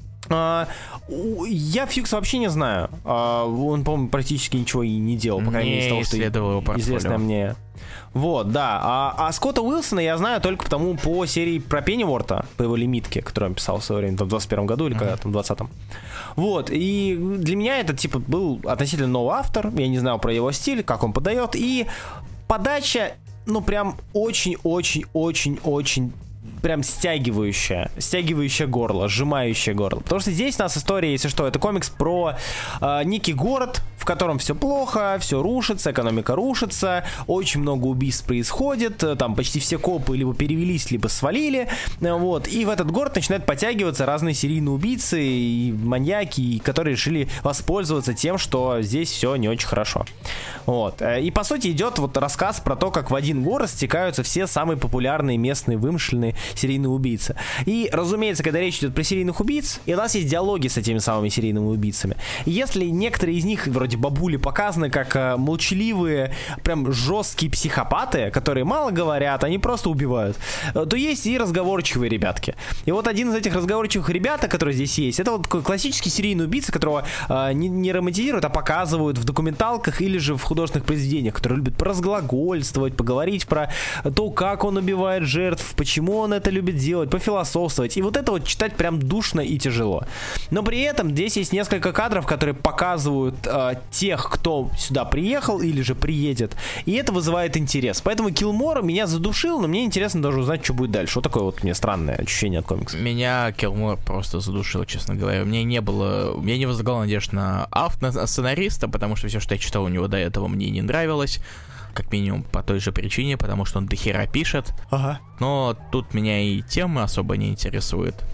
S2: Я Фьюкс вообще не знаю. Он, по-моему, практически ничего и не делал, по крайней мере, из того, что известно мне. Вот, да. А, а Скотта Уилсона я знаю только потому по серии про Пенниворта, по его лимитке, которую он писал в свое время, там, в двадцать первом году или mm-hmm. когда там, в двадцатом. Вот, и для меня это, типа, был относительно новый автор, я не знал про его стиль, как он подает, и подача, ну, прям очень-очень-очень-очень прям стягивающая, стягивающая горло, сжимающая горло. Потому что здесь у нас история, если что, это комикс про э, некий город, в котором все плохо, все рушится, экономика рушится, очень много убийств происходит, там почти все копы либо перевелись, либо свалили, вот, и в этот город начинают подтягиваться разные серийные убийцы и маньяки, которые решили воспользоваться тем, что здесь все не очень хорошо. Вот. И по сути идет вот рассказ про то, как в один город стекаются все самые популярные местные вымышленные серийные убийцы. И, разумеется, когда речь идет про серийных убийц, и у нас есть диалоги с этими самыми серийными убийцами. И если некоторые из них, вроде бабули, показаны как э, молчаливые, прям жесткие психопаты, которые мало говорят, они просто убивают, э, то есть и разговорчивые ребятки. И вот один из этих разговорчивых ребят, который здесь есть, это вот классический серийный убийца, которого э, не, не романтизируют, а показывают в документалках или же в художественных произведениях, который любит поразглагольствовать, поговорить про то, как он убивает жертв, почему он это любит делать, пофилософствовать. И вот это вот читать прям душно и тяжело. Но при этом здесь есть несколько кадров, которые показывают э, тех, кто сюда приехал или же приедет. И это вызывает интерес. Поэтому Киллмор меня задушил, но мне интересно даже узнать, что будет дальше. Вот такое вот мне странное ощущение от комикса.
S1: Меня Киллмор просто задушил, честно говоря. Мне не было... Я не возлагал надежд на автора, на сценариста, потому что все, что я читал у него до этого, мне не нравилось. Как минимум по той же причине, потому что он дохера пишет.
S2: Ага.
S1: Но тут меня и темы особо не интересуют. В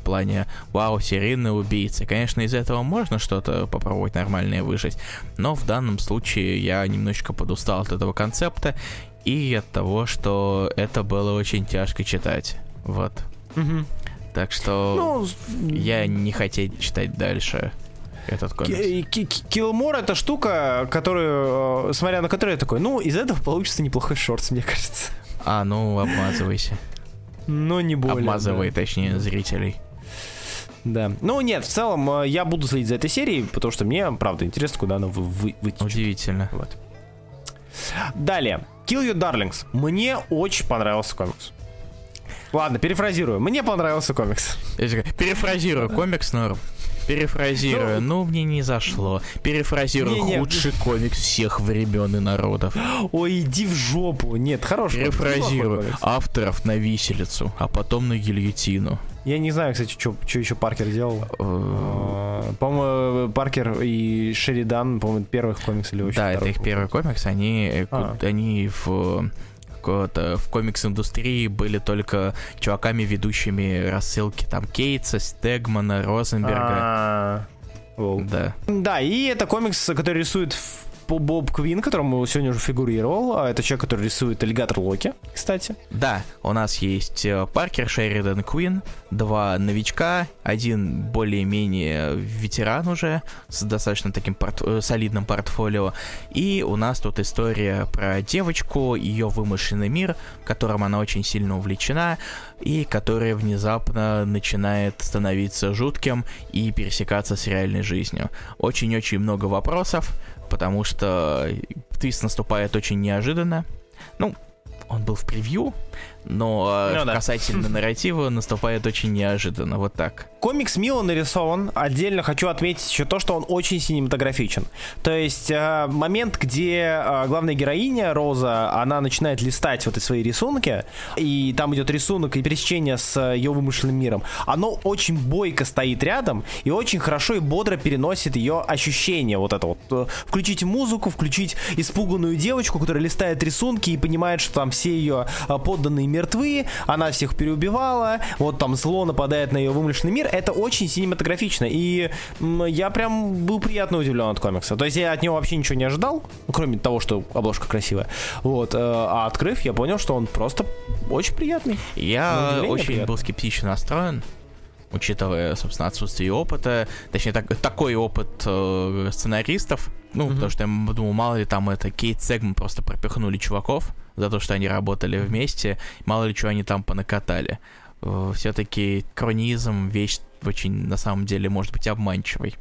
S1: в плане «Вау, серийный убийца». Конечно, из этого можно что-то попробовать нормальное выжить, но в данном случае я немножечко подустал от этого концепта и от того, что это было очень тяжко читать. Вот.
S2: Угу.
S1: Так что ну, я не хотел читать дальше этот комикс.
S2: Киллмор — это штука, которую, смотря на которую я такой, ну, из этого получится неплохой шортс, мне кажется.
S1: А, ну, обмазывайся.
S2: Ну, не более.
S1: Обмазывай,
S2: да.
S1: точнее, зрителей.
S2: Да. Ну, нет, в целом, я буду следить за этой серией, потому что мне, правда, интересно, куда она вы- вы- вытечет.
S1: Удивительно.
S2: Вот. Далее. Kill Your Darlings. Мне очень понравился комикс. Ладно, перефразирую. Мне понравился комикс.
S1: Перефразирую. Комикс норм. Перефразирую. Ну, ну, мне не зашло. Перефразирую. Не, худший не. комикс всех времен и народов.
S2: Ой, иди в жопу. Нет, хороший
S1: Перефразирую. Комикс. Авторов на виселицу, а потом на гильотину.
S2: Я не знаю, кстати, что еще Паркер делал. По-моему, Паркер и Шеридан, по-моему, первых комикс или очень
S1: Да, это их первый комикс. Они, а. они в... в комикс-индустрии были только чуваками, ведущими рассылки там Кейтса, Стегмана, Розенберга. Да.
S2: Да, и это комикс, который рисует Боб Квин, которому сегодня уже фигурировал. Это человек, который рисует Аллигатор Локи, кстати.
S1: Да, у нас есть Паркер, Шеридан, Квин, два новичка, один более-менее ветеран уже, с достаточно таким порт- солидным портфолио. И у нас тут история про девочку, ее вымышленный мир, которым она очень сильно увлечена, и который внезапно начинает становиться жутким и пересекаться с реальной жизнью. Очень-очень много вопросов, потому что твист наступает очень неожиданно. Ну, он был в превью, но ну, да. касательно нарратива наступает очень неожиданно, вот так.
S2: Комикс мило нарисован. Отдельно хочу отметить еще то, что он очень синематографичен. То есть э, момент, где э, главная героиня, Роза, она начинает листать вот эти свои рисунки, и там идет рисунок и пересечение с ее вымышленным миром, оно очень бойко стоит рядом и очень хорошо и бодро переносит ее ощущения. Вот это вот. Включить музыку, включить испуганную девочку, которая листает рисунки и понимает, что там все ее э, подданные мертвы, она всех переубивала, вот там зло нападает на ее вымышленный мир. Это очень синематографично, и м, я прям был приятно удивлен от комикса. То есть я от него вообще ничего не ожидал, кроме того, что обложка красивая. Вот, э, а открыв, я понял, что он просто очень приятный.
S1: Я очень приятный. Был скептично настроен, учитывая, собственно, отсутствие опыта, точнее, так, такой опыт э, сценаристов, ну, mm-hmm. потому что я думал, мало ли там это Кейт Сегман просто пропихнули чуваков за то, что они работали вместе, мало ли чего они там понакатали. Все-таки кронизм вещь очень, на самом деле, может быть обманчивой.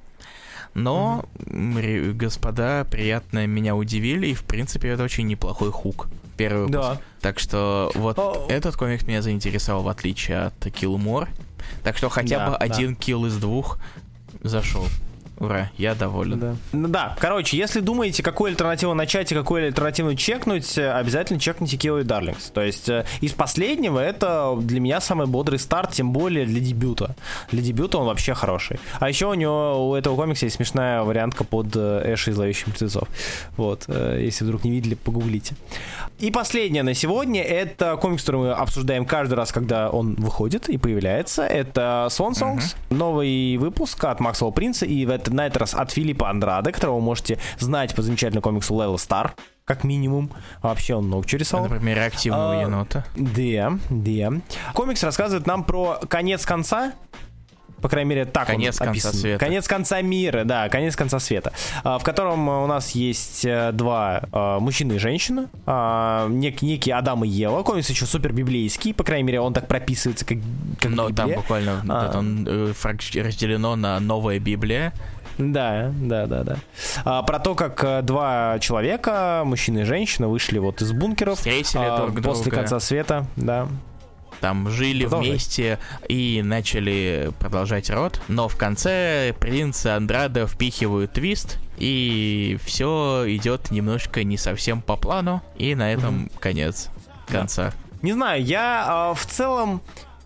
S1: Но, mm-hmm. господа, приятно меня удивили, и, в принципе, это очень неплохой хук. Первый выпуск. Да. Так что вот oh. этот комикс меня заинтересовал, в отличие от Killmore. Так что хотя да, бы да. один килл из двух зашел. Ура, я доволен.
S2: Да. Ну да, короче, если думаете, какую альтернативу начать и какую альтернативу чекнуть, обязательно чекните Kill Your Darlings. То есть из последнего это для меня самый бодрый старт, тем более для дебюта. Для дебюта он вообще хороший. А еще у него, у этого комикса есть смешная вариантка под Эша из Зловещих мертвецов. Вот, если вдруг не видели, погуглите. И последнее на сегодня, это комикс, который мы обсуждаем каждый раз, когда он выходит и появляется. Это Swan Songs, uh-huh. новый выпуск от Максвелла Принца, и в это на этот раз от Филиппа Андраде, которого вы можете знать по замечательному комиксу Лейла Стар, как минимум. Вообще он много чего рисовал.
S1: Например, реактивного а, енота.
S2: Да, да. Комикс рассказывает нам про конец конца. По крайней мере, так
S1: конец
S2: он
S1: конца
S2: описан.
S1: Света.
S2: Конец конца мира, да, конец конца света. В котором у нас есть два мужчины и женщина, нек, некий Адам и Ева. Комикс еще супер библейский, по крайней мере, он так прописывается, как, как
S1: Но Библия. Там буквально а. он разделено на новая Библия.
S2: Да, да, да, да. А, про то, как два человека, мужчина и женщина, вышли вот из бункеров
S1: Встретили а, друг
S2: после
S1: друга.
S2: конца света, да.
S1: Там жили Продолжай. вместе и начали продолжать род, но в конце принц Андраде впихивают твист, и все идет немножко не совсем по плану, и на этом mm-hmm. конец конца.
S2: Да. Не знаю, я э, в целом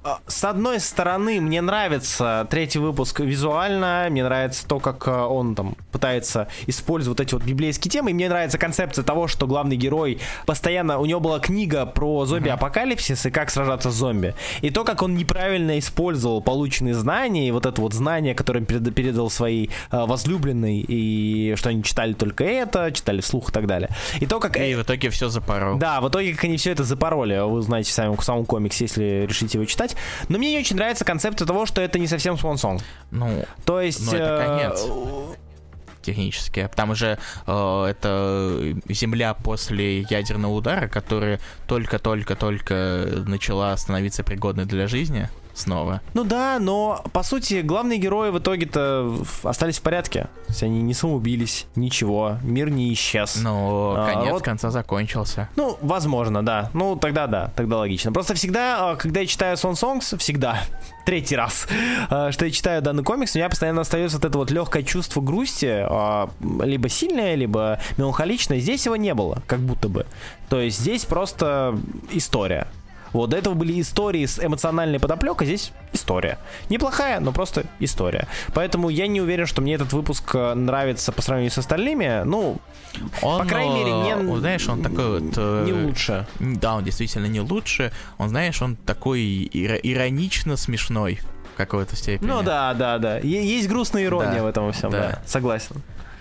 S2: с одной стороны, мне нравится третий выпуск визуально, мне нравится то, как он там пытается использовать вот эти вот библейские темы, и мне нравится концепция того, что главный герой постоянно, у него была книга про зомби-апокалипсис и как сражаться с зомби, и то, как он неправильно использовал полученные знания, и вот это вот знание, которое он передал своей возлюбленной, и что они читали только это, читали вслух и так далее. И то, как...
S1: И в итоге все запорол.
S2: Да, в итоге, как они все это запороли, вы узнаете в самом, в самом комиксе, если решите его читать. Но мне не очень нравится концепция того, что это не совсем Swan Song.
S1: Ну,
S2: то есть...
S1: ну это конец. Технически. Там же э, это Земля после ядерного удара, которая только-только-только начала становиться пригодной для жизни снова.
S2: Ну да, но по сути главные герои в итоге-то остались в порядке. То есть они не самоубились, ничего, мир не исчез.
S1: Ну,
S2: а,
S1: конец
S2: вот...
S1: конца закончился.
S2: Ну, возможно, да. Ну, тогда да, тогда логично. Просто всегда, когда я читаю Swan Songs, всегда, третий раз, что я читаю данный комикс, у меня постоянно остается вот это вот легкое чувство грусти, либо сильное, либо меланхоличное. Здесь его не было, как будто бы. То есть здесь просто история. Вот, до этого были истории с эмоциональной подоплекой, здесь история. Неплохая, но просто история. Поэтому я не уверен, что мне этот выпуск нравится по сравнению с остальными. Ну,
S1: он,
S2: по крайней мере, не...
S1: Он, знаешь, он такой вот...
S2: Не лучше.
S1: Да, он действительно не лучше. Он, знаешь, он такой ир- иронично смешной в какой-то степени.
S2: Ну да, да, да. Есть грустная ирония
S1: да,
S2: в этом всем, да. да. Согласен.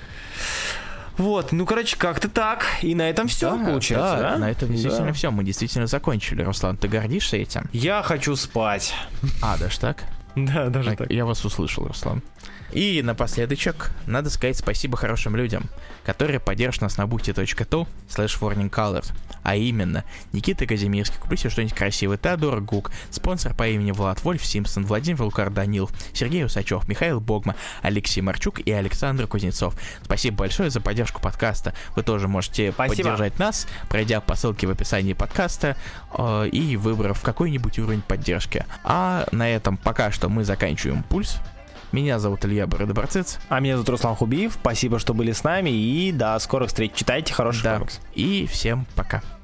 S2: Вот, ну, короче, как-то так. И на этом все,
S1: да,
S2: получается, да?
S1: да? На этом действительно
S2: да.
S1: все. Мы действительно закончили. Руслан, ты гордишься этим?
S2: Я хочу спать.
S1: А, даже так?
S2: Да, даже так.
S1: Я вас услышал, Руслан. И напоследочек, надо сказать спасибо хорошим людям, которые поддержат нас на бухте точка ту слэш warning colors. А именно, Никита Казимирский, куплю себе что-нибудь красивое, Теодор Гук, спонсор по имени Влад Вольф Симпсон, Владимир Лукар Данилов, Сергей Усачев, Михаил Богма, Алексей Марчук и Александр Кузнецов. Спасибо большое за поддержку подкаста. Вы тоже можете спасибо. поддержать нас, пройдя по ссылке в описании подкаста э, и выбрав какой-нибудь уровень поддержки. А на этом пока что мы заканчиваем пульс. Меня зовут Илья Бородоборцец.
S2: А меня зовут Руслан Хубиев. Спасибо, что были с нами. И до скорых встреч. Читайте хороший
S1: да.
S2: комикс.
S1: И всем пока.